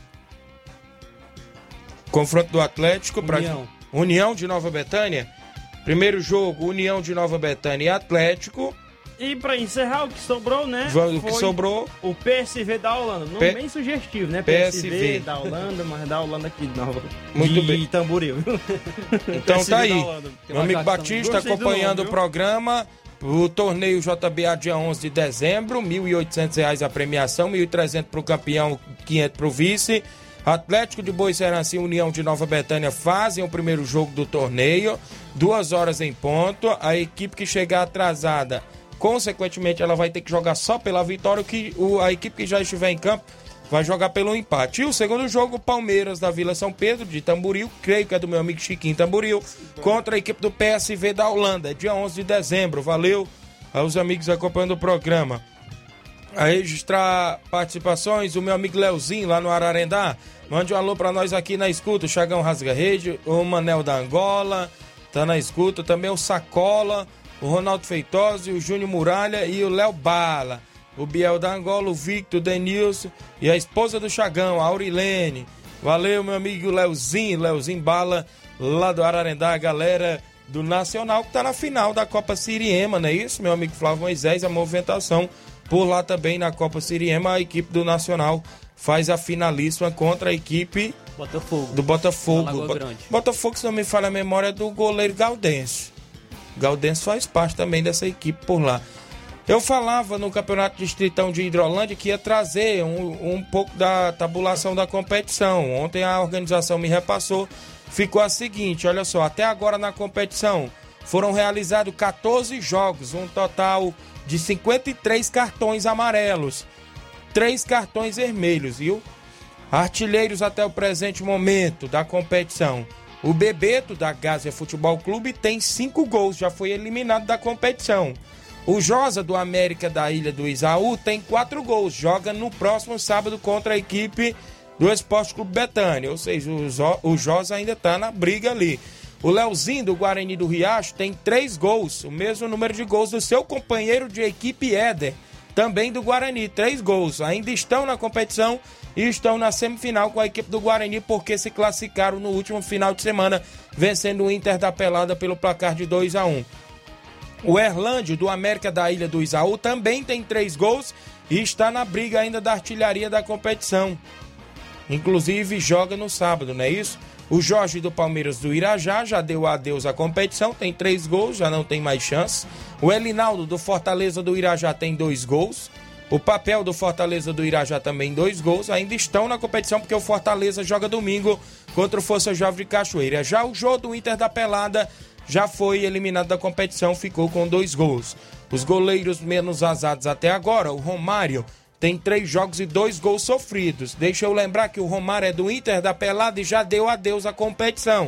Confronto do Atlético para União. União de Nova Betânia. Primeiro jogo, União de Nova Betânia e Atlético. E pra encerrar, o que sobrou, né? O que foi sobrou? O P S V da Holanda. Nome P- bem sugestivo, né? P S V P S V da Holanda, mas da Holanda aqui de Nova. Muito de bem. Tamboril. Então tá aí. Tem Meu uma amigo carta Batista também. Gostei do acompanhando nome, o viu? programa. O torneio J B A dia onze de dezembro, mil e oitocentos reais a premiação, mil e trezentos para o campeão, quinhentos para o vice. Atlético de Boicerança e União de Nova Betânia fazem o primeiro jogo do torneio, duas horas em ponto. A equipe que chegar atrasada, consequentemente, ela vai ter que jogar só pela vitória, que o, a equipe que já estiver em campo vai jogar pelo empate. E o segundo jogo, Palmeiras da Vila São Pedro, de Tamboril, creio que é do meu amigo Chiquinho Tamboril, contra a equipe do P S V da Holanda, dia onze de dezembro. Valeu aos amigos acompanhando o programa. A registrar participações, o meu amigo Leozinho, lá no Ararendá. Mande um alô pra nós aqui na escuta, o Chagão Rasga Rede, o Manel da Angola, tá na escuta. Também o Sacola, o Ronaldo Feitosa, o Júnior Muralha e o Léo Bala. O Biel da Angola, o Victor, o Denilson e a esposa do Chagão, a Aurilene. Valeu, meu amigo Leozinho, Leozinho Bala, lá do Ararendá, a galera do Nacional, que tá na final da Copa Siriema, não é isso? Meu amigo Flávio Moisés, a movimentação por lá também na Copa Siriema, a equipe do Nacional faz a finalíssima contra a equipe Botafogo. do Botafogo. Lagoa Bo- Grande. Botafogo, se não me falha a memória, é do goleiro Galdense. Galdense faz parte também dessa equipe por lá. Eu falava no Campeonato Distritão de Hidrolândia que ia trazer um, um pouco da tabulação da competição. Ontem a organização me repassou, ficou a seguinte, olha só, até agora na competição foram realizados catorze jogos, um total de cinquenta e três cartões amarelos, três cartões vermelhos, viu? Artilheiros até o presente momento da competição. O Bebeto, da Gásia Futebol Clube, tem cinco gols, já foi eliminado da competição. O Josa, do América da Ilha do Isaú, tem quatro gols, joga no próximo sábado contra a equipe do Esporte Clube Betânia, ou seja, o, Zo, o Josa ainda está na briga ali. O Leozinho, do Guarani do Riacho, tem três gols, o mesmo número de gols do seu companheiro de equipe Éder, também do Guarani, três gols. Ainda estão na competição e estão na semifinal com a equipe do Guarani, porque se classificaram no último final de semana, vencendo o Inter da Pelada pelo placar de dois a um. O Erlândio, do América da Ilha do Isaú, também tem três gols e está na briga ainda da artilharia da competição. Inclusive joga no sábado, não é isso? O Jorge, do Palmeiras do Irajá, já deu adeus à competição, tem três gols, já não tem mais chance. O Elinaldo, do Fortaleza do Irajá, tem dois gols. O Papel, do Fortaleza do Irajá, também dois gols. Ainda estão na competição porque o Fortaleza joga domingo contra o Força Jovem de Cachoeira. Já o Jô, do Inter da Pelada, já foi eliminado da competição, ficou com dois gols. Os goleiros menos azados até agora, o Romário tem três jogos e dois gols sofridos. Deixa eu lembrar que o Romário é do Inter da Pelada e já deu adeus à competição.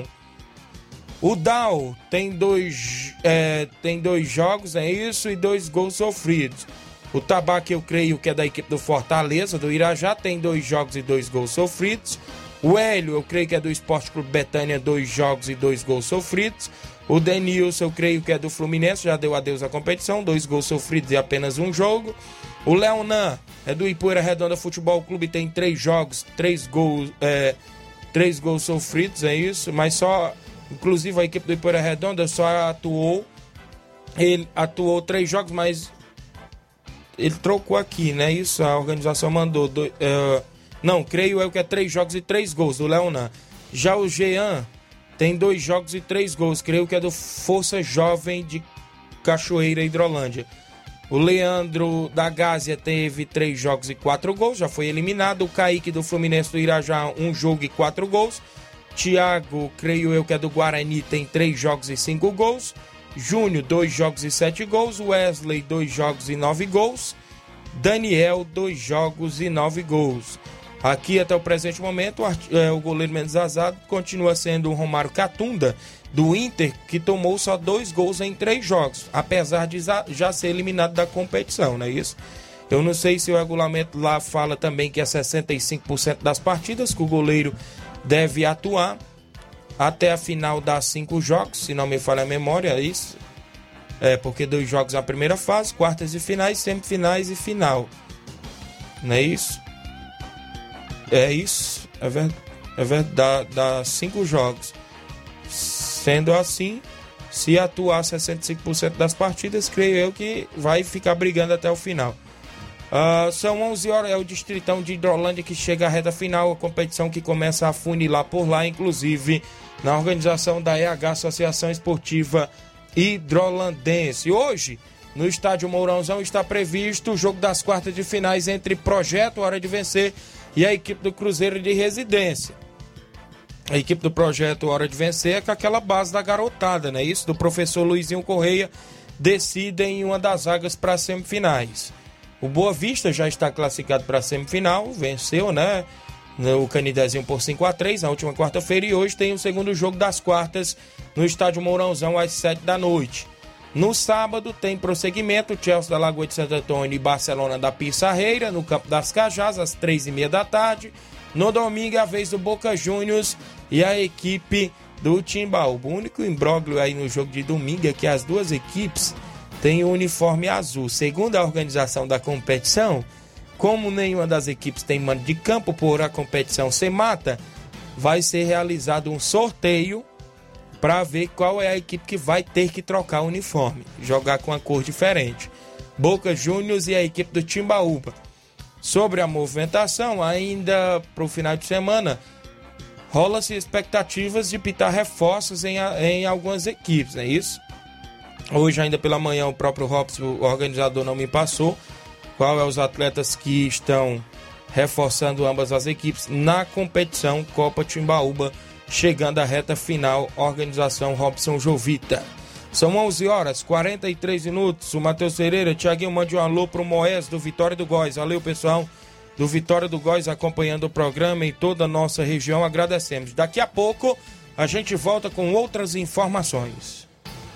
O Dal tem dois, é, tem dois jogos, é isso, e dois gols sofridos. O Tabaco, eu creio que é da equipe do Fortaleza, do Irajá, tem dois jogos e dois gols sofridos. O Hélio, eu creio que é do Esporte Clube Betânia, dois jogos e dois gols sofridos. O Denilson, eu creio que é do Fluminense, já deu adeus à competição, dois gols sofridos e apenas um jogo. O Leonan é do Ipueira Redonda Futebol Clube, tem três jogos, três gols, é, três gols sofridos, é isso, mas só, inclusive a equipe do Ipueira Redonda só atuou, ele atuou três jogos, mas ele trocou aqui, né, isso, a organização mandou, do, é, não, creio eu que é três jogos e três gols do Leonan. Já o Jean tem dois jogos e três gols, creio que é do Força Jovem de Cachoeira, Hidrolândia. O Leandro da Gásia teve três jogos e quatro gols, já foi eliminado. O Kaique do Fluminense do Irajá, um jogo e quatro gols. Tiago, creio eu que é do Guarani, tem três jogos e cinco gols. Júnior, dois jogos e sete gols. Wesley, dois jogos e nove gols. Daniel, dois jogos e nove gols. Aqui até o presente momento, o goleiro menos azado continua sendo o Romário Catunda, do Inter, que tomou só dois gols em três jogos, apesar de já ser eliminado da competição, não é isso? Eu não sei se o regulamento lá fala também que é sessenta e cinco por cento das partidas que o goleiro deve atuar até a final das cinco jogos, se não me falha a memória, é isso? É, porque dois jogos na primeira fase, quartas e finais, semifinais e final, não é isso? É isso, é verdade, é verdade, dá, dá cinco jogos. Sendo assim, se atuar sessenta e cinco por cento das partidas, creio eu que vai ficar brigando até o final. Uh, são onze horas, é o Distritão de Hidrolândia que chega à reta final, a competição que começa a funilar por lá, inclusive na organização da E H, Associação Esportiva Hidrolandense. Hoje, no estádio Mourãozão, está previsto o jogo das quartas de finais entre Projeto Hora de Vencer e a equipe do Cruzeiro de Residência. A equipe do Projeto Hora de Vencer é com aquela base da garotada, né? Isso, do professor Luizinho Correia, decidem uma das vagas para as semifinais. O Boa Vista já está classificado para a semifinal, venceu, né? O Canidezinho por cinco a três na última quarta-feira, e hoje tem o segundo jogo das quartas no estádio Mourãozão às sete da noite. No sábado tem prosseguimento, Chelsea da Lagoa de Santo Antônio e Barcelona da Pissarreira, no Campo das Cajás, às três e meia da tarde. No domingo é a vez do Boca Juniors e a equipe do Timbaúba. O único imbróglio aí no jogo de domingo é que as duas equipes têm o uniforme azul. Segundo a organização da competição, como nenhuma das equipes tem mando de campo por a competição ser mata, vai ser realizado um sorteio para ver qual é a equipe que vai ter que trocar o uniforme, jogar com a cor diferente. Boca Juniors e a equipe do Timbaúba. Sobre a movimentação, ainda para o final de semana, rola-se expectativas de pintar reforços em, em algumas equipes, não é isso? Hoje, ainda pela manhã, o próprio Robson, o organizador, não me passou qual é os atletas que estão reforçando ambas as equipes na competição Copa Timbaúba, chegando à reta final, organização Robson Jovita. São onze horas e quarenta e três minutos. O Matheus Ferreira, Thiaguinho, mande um alô pro Moés do Vitória do Góis. Valeu, pessoal do Vitória do Góis acompanhando o programa em toda a nossa região. Agradecemos. Daqui a pouco a gente volta com outras informações.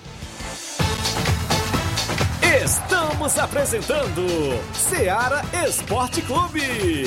Estamos apresentando Seara Esporte Clube.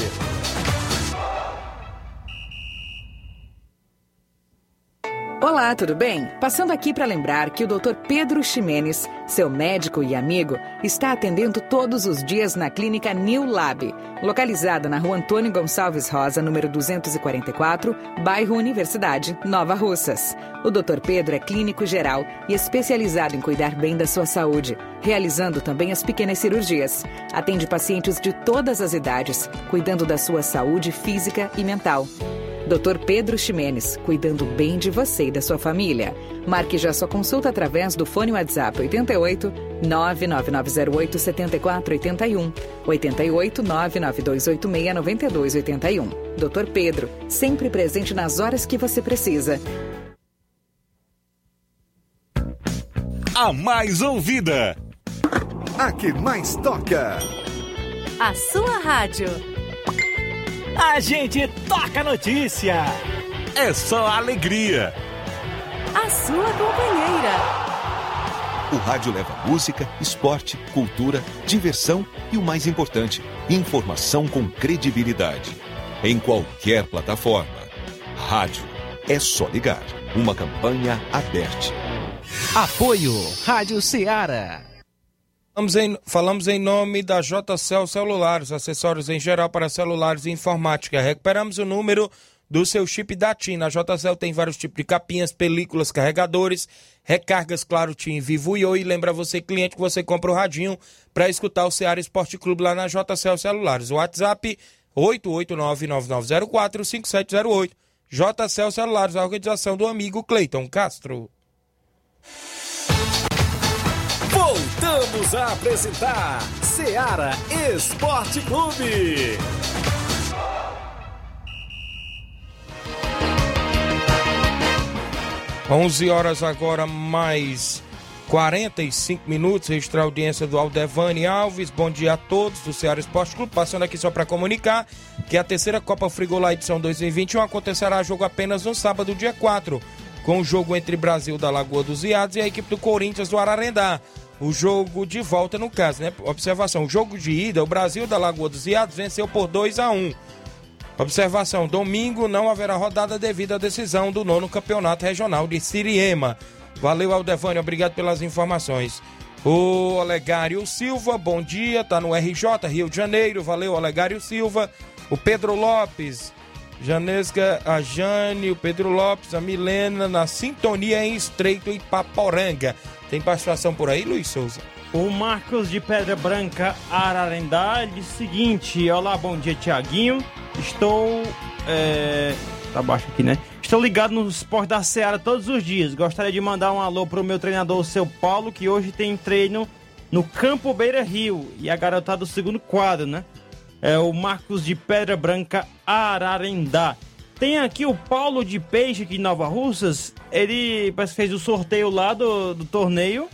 Olá, tudo bem? Passando aqui para lembrar que o doutor Pedro Ximenes, seu médico e amigo, está atendendo todos os dias na clínica New Lab, localizada na rua Antônio Gonçalves Rosa, número duzentos e quarenta e quatro, bairro Universidade, Nova Russas. O doutor Pedro é clínico geral e especializado em cuidar bem da sua saúde, realizando também as pequenas cirurgias. Atende pacientes de todas as idades, cuidando da sua saúde física e mental. doutor Pedro Ximenes, cuidando bem de você e da sua família. Marque já sua consulta através do fone WhatsApp oito oito, nove nove nove zero oito, sete quatro oito um, oito oito, nove nove dois oito seis, nove dois oito um. doutor Pedro, sempre presente nas horas que você precisa. A mais ouvida, a que mais toca, a sua rádio. A gente toca a notícia. É só alegria. A sua companheira. O rádio leva música, esporte, cultura, diversão e o mais importante, informação com credibilidade. Em qualquer plataforma. Rádio. É só ligar. Uma campanha aberta. Apoio Rádio Ceará. Falamos em, falamos em nome da J C L Celulares, acessórios em geral para celulares e informática. Recuperamos o número do seu chip da TIM. Na J C L tem vários tipos de capinhas, películas, carregadores, recargas, claro, TIM, Vivo e Oi. E lembra você, cliente, que você compra o radinho para escutar o Ceará Esporte Clube lá na J C L Celulares. O WhatsApp oito oito nove, nove nove zero quatro, cinco sete zero oito. J C L Celulares, a organização do amigo Cleiton Castro. Voltamos a apresentar Seara Esporte Clube. onze horas agora, mais quarenta e cinco minutos. Registrar a audiência do Aldevani Alves. Bom dia a todos do Seara Esporte Clube. Passando aqui só para comunicar que a terceira Copa Frigolá edição dois mil e vinte e um acontecerá jogo apenas no sábado, dia quatro, com o jogo entre Brasil da Lagoa dos Iados e a equipe do Corinthians do Ararendá. O jogo de volta, no caso, né? Observação, o jogo de ida, o Brasil da Lagoa dos Iados venceu por dois a um. Observação, domingo não haverá rodada devido à decisão do nono campeonato regional de Siriema. Valeu, Aldevânio, obrigado pelas informações. O Olegário Silva, bom dia, tá no R J, Rio de Janeiro. Valeu, Olegário Silva. O Pedro Lopes, Janesca, a Jane, o Pedro Lopes, a Milena, na sintonia em Estreito e Paporanga. Tem participação por aí, Luiz Souza? O Marcos de Pedra Branca, Ararendá, ele diz o seguinte: olá, bom dia, Tiaguinho. Estou. É... Tá baixo aqui, né? Estou ligado no esporte da Seara todos os dias. Gostaria de mandar um alô pro meu treinador, o seu Paulo, que hoje tem treino no Campo Beira Rio. E a garotada do segundo quadro, né? É o Marcos de Pedra Branca, Ararendá. Tem aqui o Paulo de Peixe, aqui em Nova Russas. Ele parece que fez o sorteio lá do, do torneio.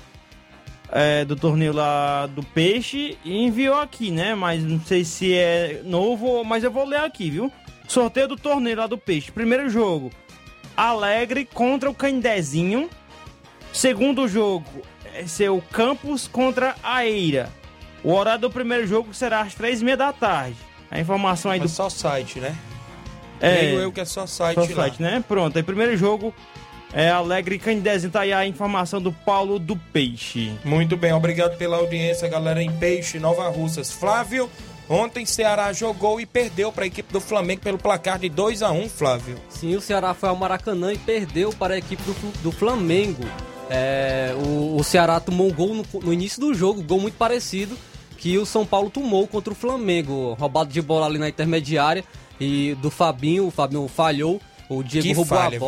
É, do torneio lá do Peixe. E enviou aqui, né? Mas não sei se é novo, mas eu vou ler aqui, viu? Sorteio do torneio lá do Peixe. Primeiro jogo, Alegre contra o Candezinho. Segundo jogo, é seu Campos contra a Eira. O horário do primeiro jogo será às três e meia da tarde. A informação aí do... É só site, né? É, Creio eu que é só site só lá. site, né? Pronto, aí primeiro jogo é Alegre e Candezinho. Tá aí a informação do Paulo do Peixe. Muito bem, obrigado pela audiência, galera em Peixe, Nova Russas. Flávio, ontem Ceará jogou e perdeu para a equipe do Flamengo pelo placar de dois a um, Flávio. Sim, o Ceará foi ao Maracanã e perdeu para a equipe do, do Flamengo. É, o, o Ceará tomou um gol no, no início do jogo, um gol muito parecido que o São Paulo tomou contra o Flamengo. Roubado de bola ali na intermediária e do Fabinho, o Fabinho falhou, o Diego que roubou falha, a bola.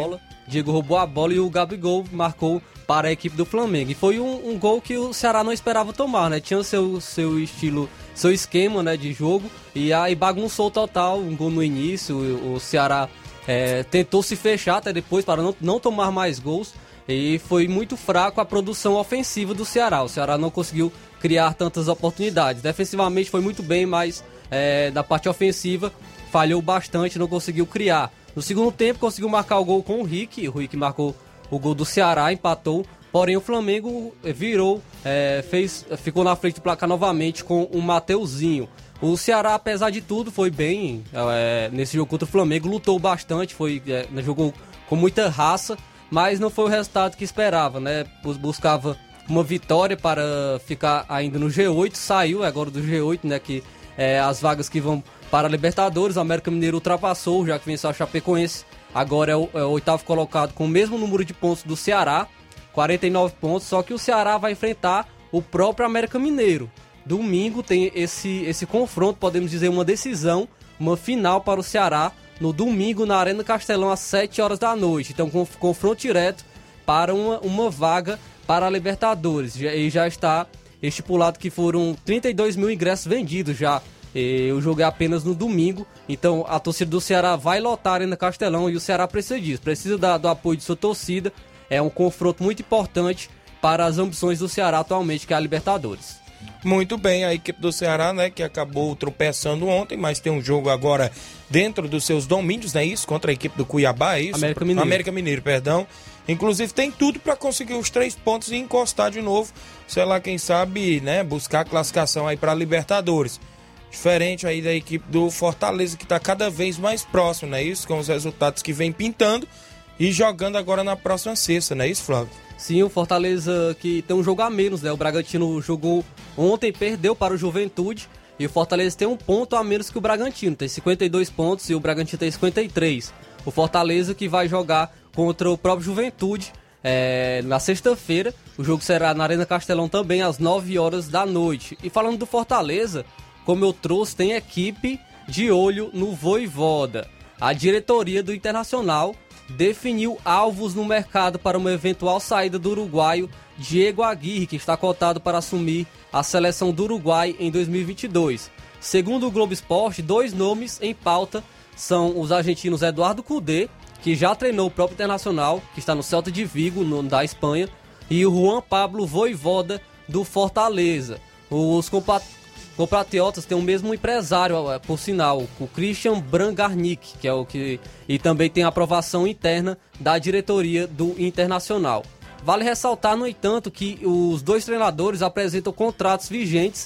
Diego roubou a bola e o Gabigol marcou para a equipe do Flamengo. E foi um, um gol que o Ceará não esperava tomar, né? Tinha o seu, seu estilo, seu esquema, né, de jogo, e aí bagunçou total, um gol no início. O, o Ceará é, tentou se fechar até depois para não, não tomar mais gols, e foi muito fraco a produção ofensiva do Ceará. O Ceará não conseguiu criar tantas oportunidades. Defensivamente foi muito bem, mas é, da parte ofensiva falhou bastante, não conseguiu criar. No segundo tempo conseguiu marcar o gol com o Rick, o Rick marcou o gol do Ceará, empatou, porém o Flamengo virou, é, fez, ficou na frente do placar novamente com o Mateuzinho. O Ceará, apesar de tudo, foi bem é, nesse jogo contra o Flamengo, lutou bastante, foi, é, jogou com muita raça, mas não foi o resultado que esperava, né? Buscava uma vitória para ficar ainda no G oito, saiu agora do G oito, né? Que é, as vagas que vão para a Libertadores, o América Mineiro ultrapassou, já que venceu a Chapecoense. Agora é o, é o oitavo colocado com o mesmo número de pontos do Ceará, quarenta e nove pontos, só que o Ceará vai enfrentar o próprio América Mineiro. Domingo tem esse, esse confronto, podemos dizer uma decisão, uma final para o Ceará, no domingo na Arena Castelão às sete horas da noite. Então com, confronto direto para uma, uma vaga para a Libertadores. E já está estipulado que foram trinta e dois mil ingressos vendidos já. E o jogo é apenas no domingo, então a torcida do Ceará vai lotar a Arena Castelão e o Ceará precisa disso, precisa da, do apoio de sua torcida. É um confronto muito importante para as ambições do Ceará atualmente, que é a Libertadores. Muito bem, a equipe do Ceará, né, que acabou tropeçando ontem, mas tem um jogo agora dentro dos seus domínios, não é isso? Contra a equipe do Cuiabá, é isso? América Mineiro. América Mineiro, perdão. Inclusive tem tudo para conseguir os três pontos e encostar de novo, sei lá, quem sabe, né, buscar a classificação aí para a Libertadores. Diferente aí da equipe do Fortaleza, que está cada vez mais próximo, não é isso? Com os resultados que vem pintando e jogando agora na próxima sexta, não é isso, Flávio? Sim, o Fortaleza que tem um jogo a menos, né? O Bragantino jogou ontem, perdeu para o Juventude, e o Fortaleza tem um ponto a menos que o Bragantino, tem cinquenta e dois pontos e o Bragantino tem cinquenta e três. O Fortaleza que vai jogar contra o próprio Juventude é, na sexta-feira, o jogo será na Arena Castelão também às nove horas da noite. E falando do Fortaleza, como eu trouxe, tem equipe de olho no Vojvoda. A diretoria do Internacional definiu alvos no mercado para uma eventual saída do uruguaio Diego Aguirre, que está cotado para assumir a seleção do Uruguai em dois mil e vinte e dois. Segundo o Globo Esporte, dois nomes em pauta são os argentinos Eduardo Cudê, que já treinou o próprio Internacional, que está no Celta de Vigo, no, da Espanha, e o Juan Pablo Vojvoda, do Fortaleza. Os compatriotas Compatriotas tem o mesmo empresário, por sinal, o Christian Brangarnik, que é o que e também tem a aprovação interna da diretoria do Internacional. Vale ressaltar, no entanto, que os dois treinadores apresentam contratos vigentes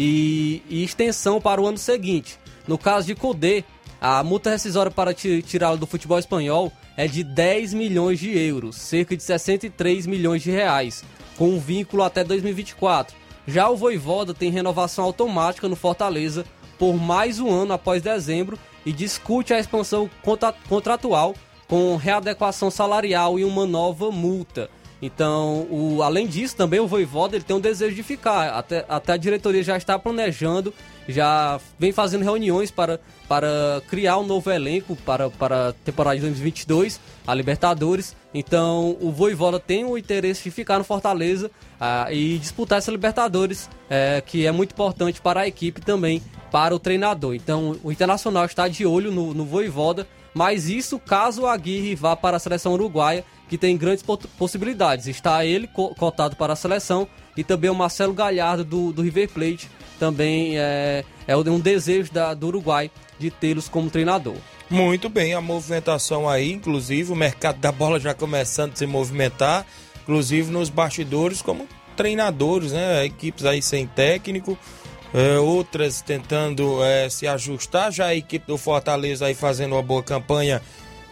e, e extensão para o ano seguinte. No caso de Cudê, a multa rescisória para tirá-lo do futebol espanhol é de dez milhões de euros, cerca de sessenta e três milhões de reais, com um vínculo até dois mil e vinte e quatro. Já o Vojvoda tem renovação automática no Fortaleza por mais um ano após dezembro e discute a expansão contratual com readequação salarial e uma nova multa. Então, o, além disso, também o Vojvoda ele tem um desejo de ficar. Até, até a diretoria já está planejando, já vem fazendo reuniões para, para criar um novo elenco para, para a temporada de dois mil e vinte e dois, a Libertadores. Então, o Vojvoda tem o interesse de ficar no Fortaleza ah, e disputar essa Libertadores, é, que é muito importante para a equipe também, para o treinador. Então, o Internacional está de olho no, no Vojvoda, mas isso caso o Aguirre vá para a seleção uruguaia, que tem grandes possibilidades. Está ele cotado para a seleção e também o Marcelo Galhardo do, do River Plate, também é, é um desejo da, do Uruguai de tê-los como treinador. Muito bem, a movimentação aí, inclusive o mercado da bola já começando a se movimentar, inclusive nos bastidores como treinadores, né? Equipes aí sem técnico, é, outras tentando é, se ajustar, já a equipe do Fortaleza aí fazendo uma boa campanha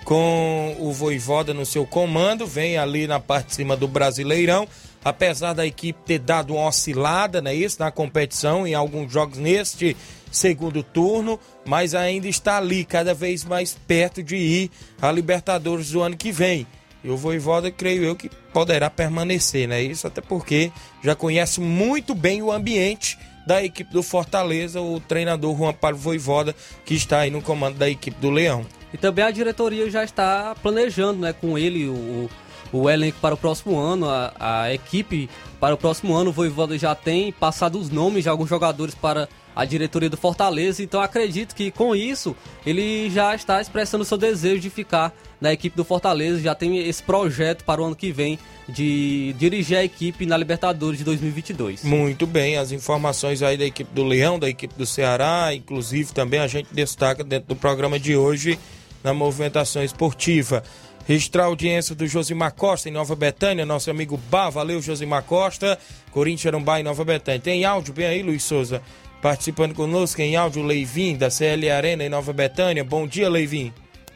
com o Vojvoda no seu comando, vem ali na parte de cima do Brasileirão, apesar da equipe ter dado uma oscilada, né, isso, na competição, em alguns jogos neste segundo turno, mas ainda está ali, cada vez mais perto de ir à Libertadores do ano que vem. E o Vojvoda, creio eu, que poderá permanecer, né, isso, até porque já conhece muito bem o ambiente da equipe do Fortaleza, o treinador Juan Pablo Vojvoda, que está aí no comando da equipe do Leão. E também a diretoria já está planejando, né, com ele o, o elenco para o próximo ano, a, a equipe para o próximo ano. O Vojvoda já tem passado os nomes de alguns jogadores para a diretoria do Fortaleza, então acredito que com isso ele já está expressando o seu desejo de ficar na equipe do Fortaleza, já tem esse projeto para o ano que vem de dirigir a equipe na Libertadores de dois mil e vinte e dois. Muito bem, as informações aí da equipe do Leão, da equipe do Ceará, inclusive também a gente destaca dentro do programa de hoje na movimentação esportiva. Registrar a audiência do Josimar Costa em Nova Betânia, nosso amigo Bá, valeu Josimar Costa, Corinthians Arumbá em Nova Betânia. Tem áudio bem aí, Luiz Souza? Participando conosco em áudio, Leivin, da C L Arena em Nova Betânia. Bom dia, Leivin.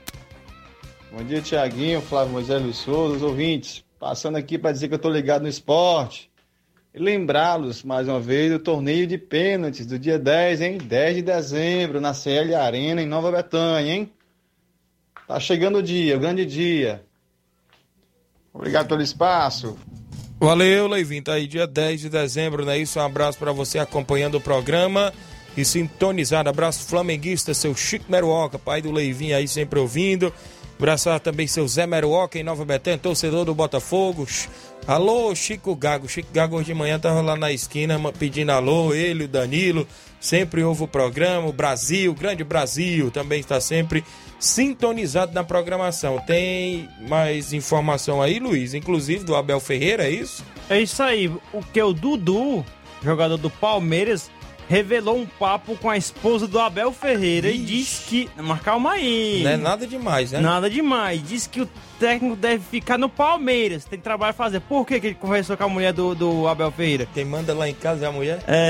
Bom dia, Tiaguinho, Flávio Moisés, Luiz Souza, os ouvintes. Passando aqui para dizer que eu estou ligado no esporte. E lembrá-los, mais uma vez, do torneio de pênaltis do dia dez, hein? dez de dezembro, na C L Arena em Nova Betânia, hein? Tá chegando o dia, o grande dia. Obrigado pelo espaço. Valeu, Leivin, tá aí dia dez de dezembro, né? Isso, um abraço para você acompanhando o programa e sintonizado. Abraço flamenguista, seu Chico Meruoca, pai do Leivin aí sempre ouvindo. Abraçar também seu Zé Meruoca em Nova Betânia, torcedor do Botafogo. Alô, Chico Gago. Chico Gago hoje de manhã tava lá na esquina pedindo alô, ele, o Danilo, sempre ouve o programa. O Brasil, o grande Brasil, também está sempre sintonizado na programação. Tem mais informação aí, Luiz? Inclusive do Abel Ferreira, é isso? É isso aí. O que o Dudu, jogador do Palmeiras, revelou um papo com a esposa do Abel Ferreira. Ixi. E disse que... Mas calma aí. Não é nada demais, né? Nada demais. Disse que o técnico deve ficar no Palmeiras. Tem trabalho a fazer. Por que, que ele conversou com a mulher do, do Abel Ferreira? Quem manda lá em casa é a mulher? É.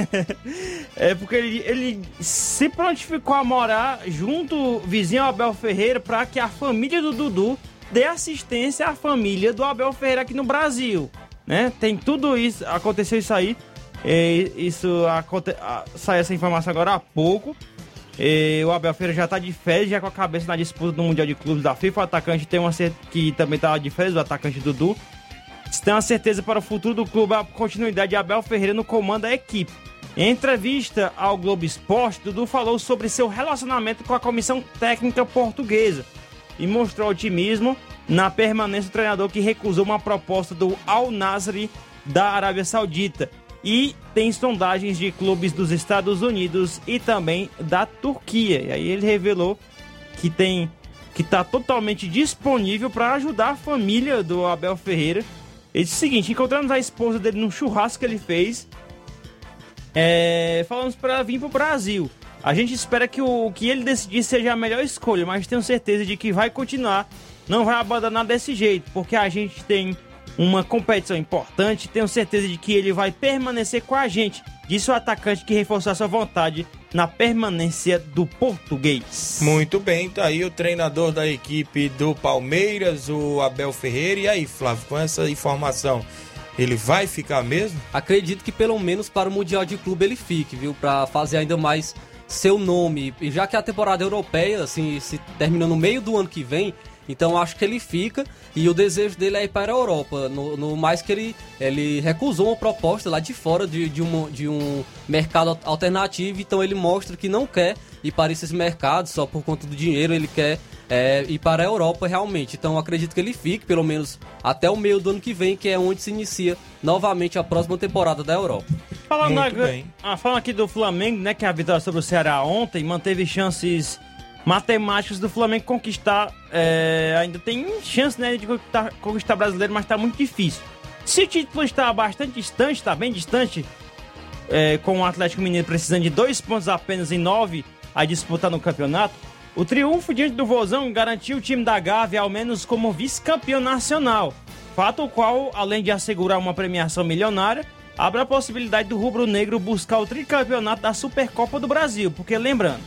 É porque ele, ele se prontificou a morar junto, vizinho ao Abel Ferreira, para que a família do Dudu dê assistência à família do Abel Ferreira aqui no Brasil, né? Tem tudo isso. Aconteceu isso aí. É, isso aconte... Saiu essa informação agora há pouco. É, o Abel Ferreira já está de férias, já com a cabeça na disputa do Mundial de Clubes da FIFA. O atacante tem uma certeza que também estava de férias, o atacante Dudu. Se tem uma certeza para o futuro do clube, a continuidade de Abel Ferreira no comando da equipe. Em entrevista ao Globo Esporte, Dudu falou sobre seu relacionamento com a comissão técnica portuguesa e mostrou otimismo na permanência do treinador, que recusou uma proposta do Al Nassr da Arábia Saudita. E tem sondagens de clubes dos Estados Unidos e também da Turquia. E aí ele revelou que tem que está totalmente disponível para ajudar a família do Abel Ferreira. Ele disse o seguinte: encontramos a esposa dele num churrasco que ele fez. É, falamos para ela vir para o Brasil. A gente espera que o que ele decidir seja a melhor escolha, mas tenho certeza de que vai continuar, não vai abandonar desse jeito, porque a gente tem uma competição importante. Tenho certeza de que ele vai permanecer com a gente, disse o atacante, que reforçou sua vontade na permanência do português. Muito bem, tá aí o treinador da equipe do Palmeiras, o Abel Ferreira. E aí, Flávio, com essa informação, ele vai ficar mesmo? Acredito que pelo menos para o Mundial de Clube ele fique, viu? Para fazer ainda mais seu nome. E já que a temporada europeia assim, se termina no meio do ano que vem, então acho que ele fica, e o desejo dele é ir para a Europa. No, no mais que ele, ele recusou uma proposta lá de fora de, de, um, de um mercado alternativo, então ele mostra que não quer ir para esses mercados só por conta do dinheiro, ele quer é, ir para a Europa realmente. Então acredito que ele fique, pelo menos até o meio do ano que vem, que é onde se inicia novamente a próxima temporada da Europa. Falando, na, ah, falando aqui do Flamengo, né, que a vitória sobre o Ceará ontem manteve chances matemáticas do Flamengo conquistar, é, ainda tem chance, né, de conquistar, conquistar brasileiro, mas está muito difícil. Se o título está bastante distante, está bem distante, é, com o Atlético Mineiro precisando de dois pontos apenas em nove a disputar no campeonato, o triunfo diante do Vozão garantiu o time da Gávea ao menos como vice-campeão nacional, fato o qual, além de assegurar uma premiação milionária, abre a possibilidade do rubro-negro buscar o tricampeonato da Supercopa do Brasil, porque lembrando,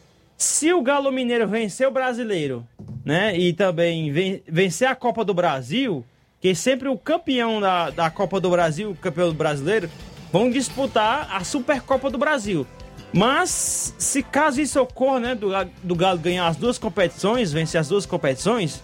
se o Galo Mineiro vencer o Brasileiro, né, e também vencer a Copa do Brasil, que sempre o campeão da, da Copa do Brasil, o campeão brasileiro, vão disputar a Supercopa do Brasil. Mas, se caso isso ocorra, né, do, do Galo ganhar as duas competições, vencer as duas competições,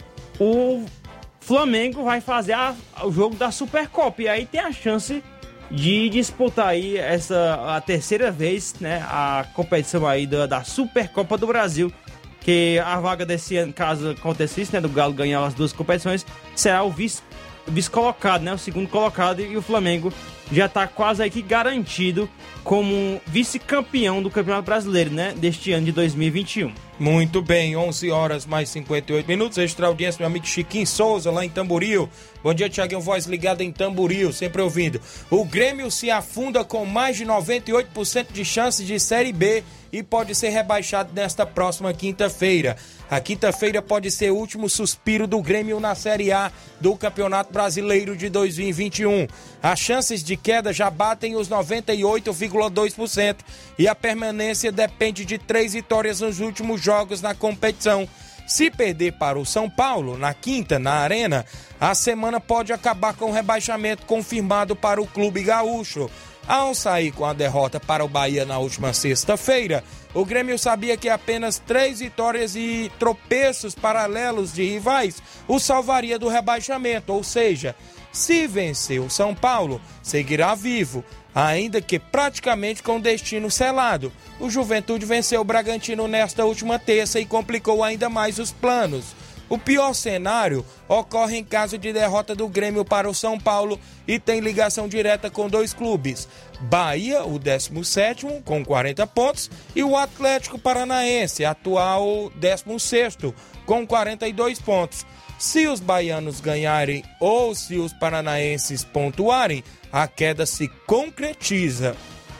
o Flamengo vai fazer a, o jogo da Supercopa, e aí tem a chance de disputar aí essa a terceira vez, né, a competição aí da, da Supercopa do Brasil que a vaga desse ano, caso acontecesse, né, do Galo ganhar as duas competições, será o vice, vice-colocado, né, o segundo colocado, e o Flamengo já está quase aí que garantido como vice-campeão do Campeonato Brasileiro, né, deste ano de dois mil e vinte e um. Muito bem, onze horas mais cinquenta e oito minutos, extra audiência, meu amigo Chiquinho Souza, lá em Tamboril. Bom dia, Thiaguinho, voz ligada em Tamboril, sempre ouvindo. O Grêmio se afunda com mais de noventa e oito por cento de chances de Série B e pode ser rebaixado nesta próxima quinta-feira. A quinta-feira pode ser o último suspiro do Grêmio na Série A do Campeonato Brasileiro de dois mil e vinte e um. As chances de queda já batem os noventa e oito vírgula dois por cento e a permanência depende de três vitórias nos últimos jogos na competição. Se perder para o São Paulo, na quinta, na Arena, a semana pode acabar com o rebaixamento confirmado para o clube gaúcho. Ao sair com a derrota para o Bahia na última sexta-feira, o Grêmio sabia que apenas três vitórias e tropeços paralelos de rivais o salvaria do rebaixamento, ou seja, se vencer o São Paulo, seguirá vivo, ainda que praticamente com destino selado. O Juventude venceu o Bragantino nesta última terça e complicou ainda mais os planos. O pior cenário ocorre em caso de derrota do Grêmio para o São Paulo e tem ligação direta com dois clubes. Bahia, o décimo sétimo, com quarenta pontos, e o Atlético Paranaense, atual décimo sexto, com quarenta e dois pontos. Se os baianos ganharem ou se os paranaenses pontuarem, a queda se concretiza.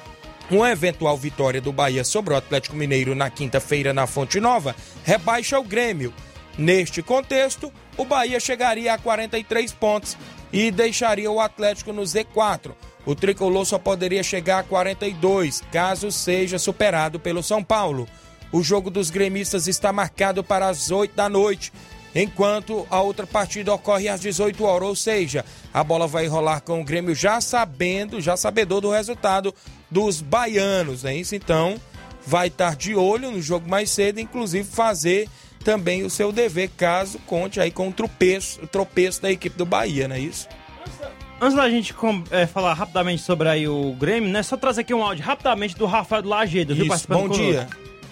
Uma eventual vitória do Bahia sobre o Atlético Mineiro na quinta-feira na Fonte Nova rebaixa o Grêmio. Neste contexto, o Bahia chegaria a quarenta e três pontos e deixaria o Atlético no Z quatro. O tricolor só poderia chegar a quarenta e dois, caso seja superado pelo São Paulo. O jogo dos gremistas está marcado para as oito da noite, enquanto a outra partida ocorre às dezoito horas, ou seja, a bola vai rolar com o Grêmio já sabendo, já sabedor do resultado dos baianos, é isso? Então, vai estar de olho no jogo mais cedo, inclusive fazer também o seu dever, caso conte aí com o tropeço, o tropeço da equipe do Bahia, não é isso? Antes da gente é, falar rapidamente sobre aí o Grêmio, né? Só trazer aqui um áudio rapidamente do Rafael do Lajeado, viu? Isso, bom dia.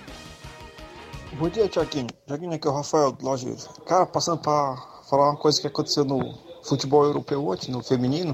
Bom dia, Thiaguinho. Thiaguinho, aqui é o Rafael do Lajeado. Cara, passando para falar uma coisa que aconteceu no futebol europeu ontem, no feminino,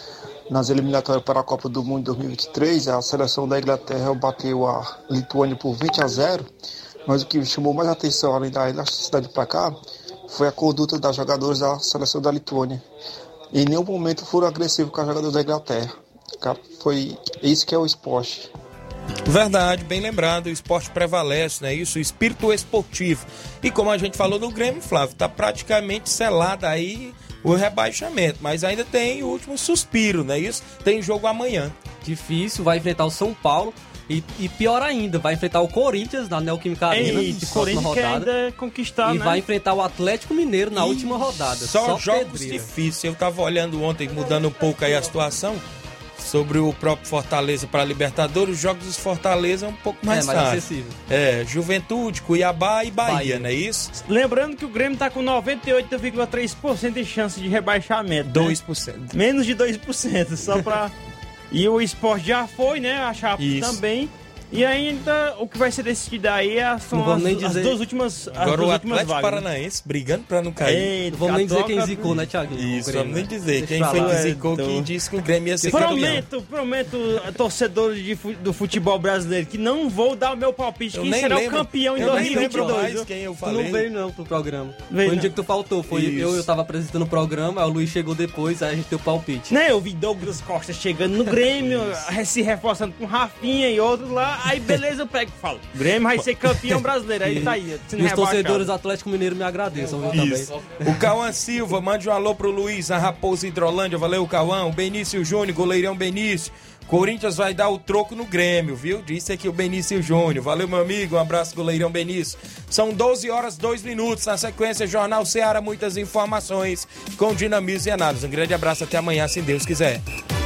nas eliminatórias para a Copa do Mundo dois mil e vinte e três, a seleção da Inglaterra bateu a Lituânia por vinte a zero. Mas o que chamou mais atenção, além da elasticidade para cá, foi a conduta das jogadoras da seleção da Lituânia. Em nenhum momento foram agressivos com os jogadores da Inglaterra. Cara, foi isso que é o esporte. Verdade, bem lembrado, o esporte prevalece, né? Isso, o espírito esportivo. E como a gente falou no Grêmio, Flávio, tá praticamente selado aí o rebaixamento, mas ainda tem o último suspiro, né? Isso, tem jogo amanhã. Difícil, vai enfrentar o São Paulo. E, e pior ainda, vai enfrentar o Corinthians na Neoquímica Arena. Eita, Corinthians rodada, que ainda conquistar, e né? vai enfrentar o Atlético Mineiro na e última rodada. Só, só jogos pedreira. Difíceis. Eu tava olhando ontem, mudando um pouco aí a situação, sobre o próprio Fortaleza para a Libertadores. Os jogos dos Fortaleza é um pouco mais, é, mais fácil. acessível. É, Juventude, Cuiabá e Bahia, Bahia, não é isso? Lembrando que o Grêmio tá com noventa e oito vírgula três por cento de chance de rebaixamento. dois por cento. Né? Menos de dois por cento, só pra... E o Sport já foi, né? A Chape também. E ainda o que vai ser decidido aí são as, nem dizer... as duas últimas as Agora duas o últimas Atlético vagas, Paranaense, né? Brigando pra não cair. Ei, não vamos nem dizer quem zicou, né, Thiaguinho? Isso, vamos nem dizer. Quem foi que zicou, que disse que o Grêmio ia ser prometo, campeão. Prometo, torcedores de, do futebol brasileiro, que não vou dar o meu palpite. Quem será lembro, o campeão em dois mil e vinte e dois? Mais quem eu falei. Tu não veio não pro programa. Veio foi um dia que tu faltou. Foi eu, eu tava apresentando o programa, aí o Luiz chegou depois, aí a gente deu palpite. Né, eu vi Douglas Costa chegando no Grêmio, se reforçando com Rafinha e outros lá, aí beleza, eu pego e falo. Grêmio vai ser campeão brasileiro, aí tá aí. E os torcedores do Atlético Mineiro me agradeçam, viu, também. O Cauã Silva, mande um alô pro Luiz, a Raposa Hidrolândia, valeu, Cauã. O Benício Júnior, goleirão Benício. Corinthians vai dar o troco no Grêmio, viu? Disse aqui o Benício Júnior. Valeu, meu amigo, um abraço, goleirão Benício. São doze horas, dois minutos. Na sequência, Jornal Ceará, muitas informações com dinamismo e análise. Um grande abraço, até amanhã, se Deus quiser.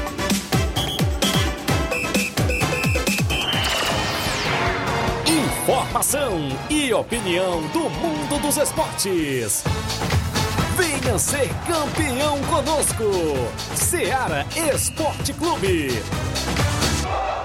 Informação e opinião do mundo dos esportes. Venha ser campeão conosco. Ceará Esporte Clube.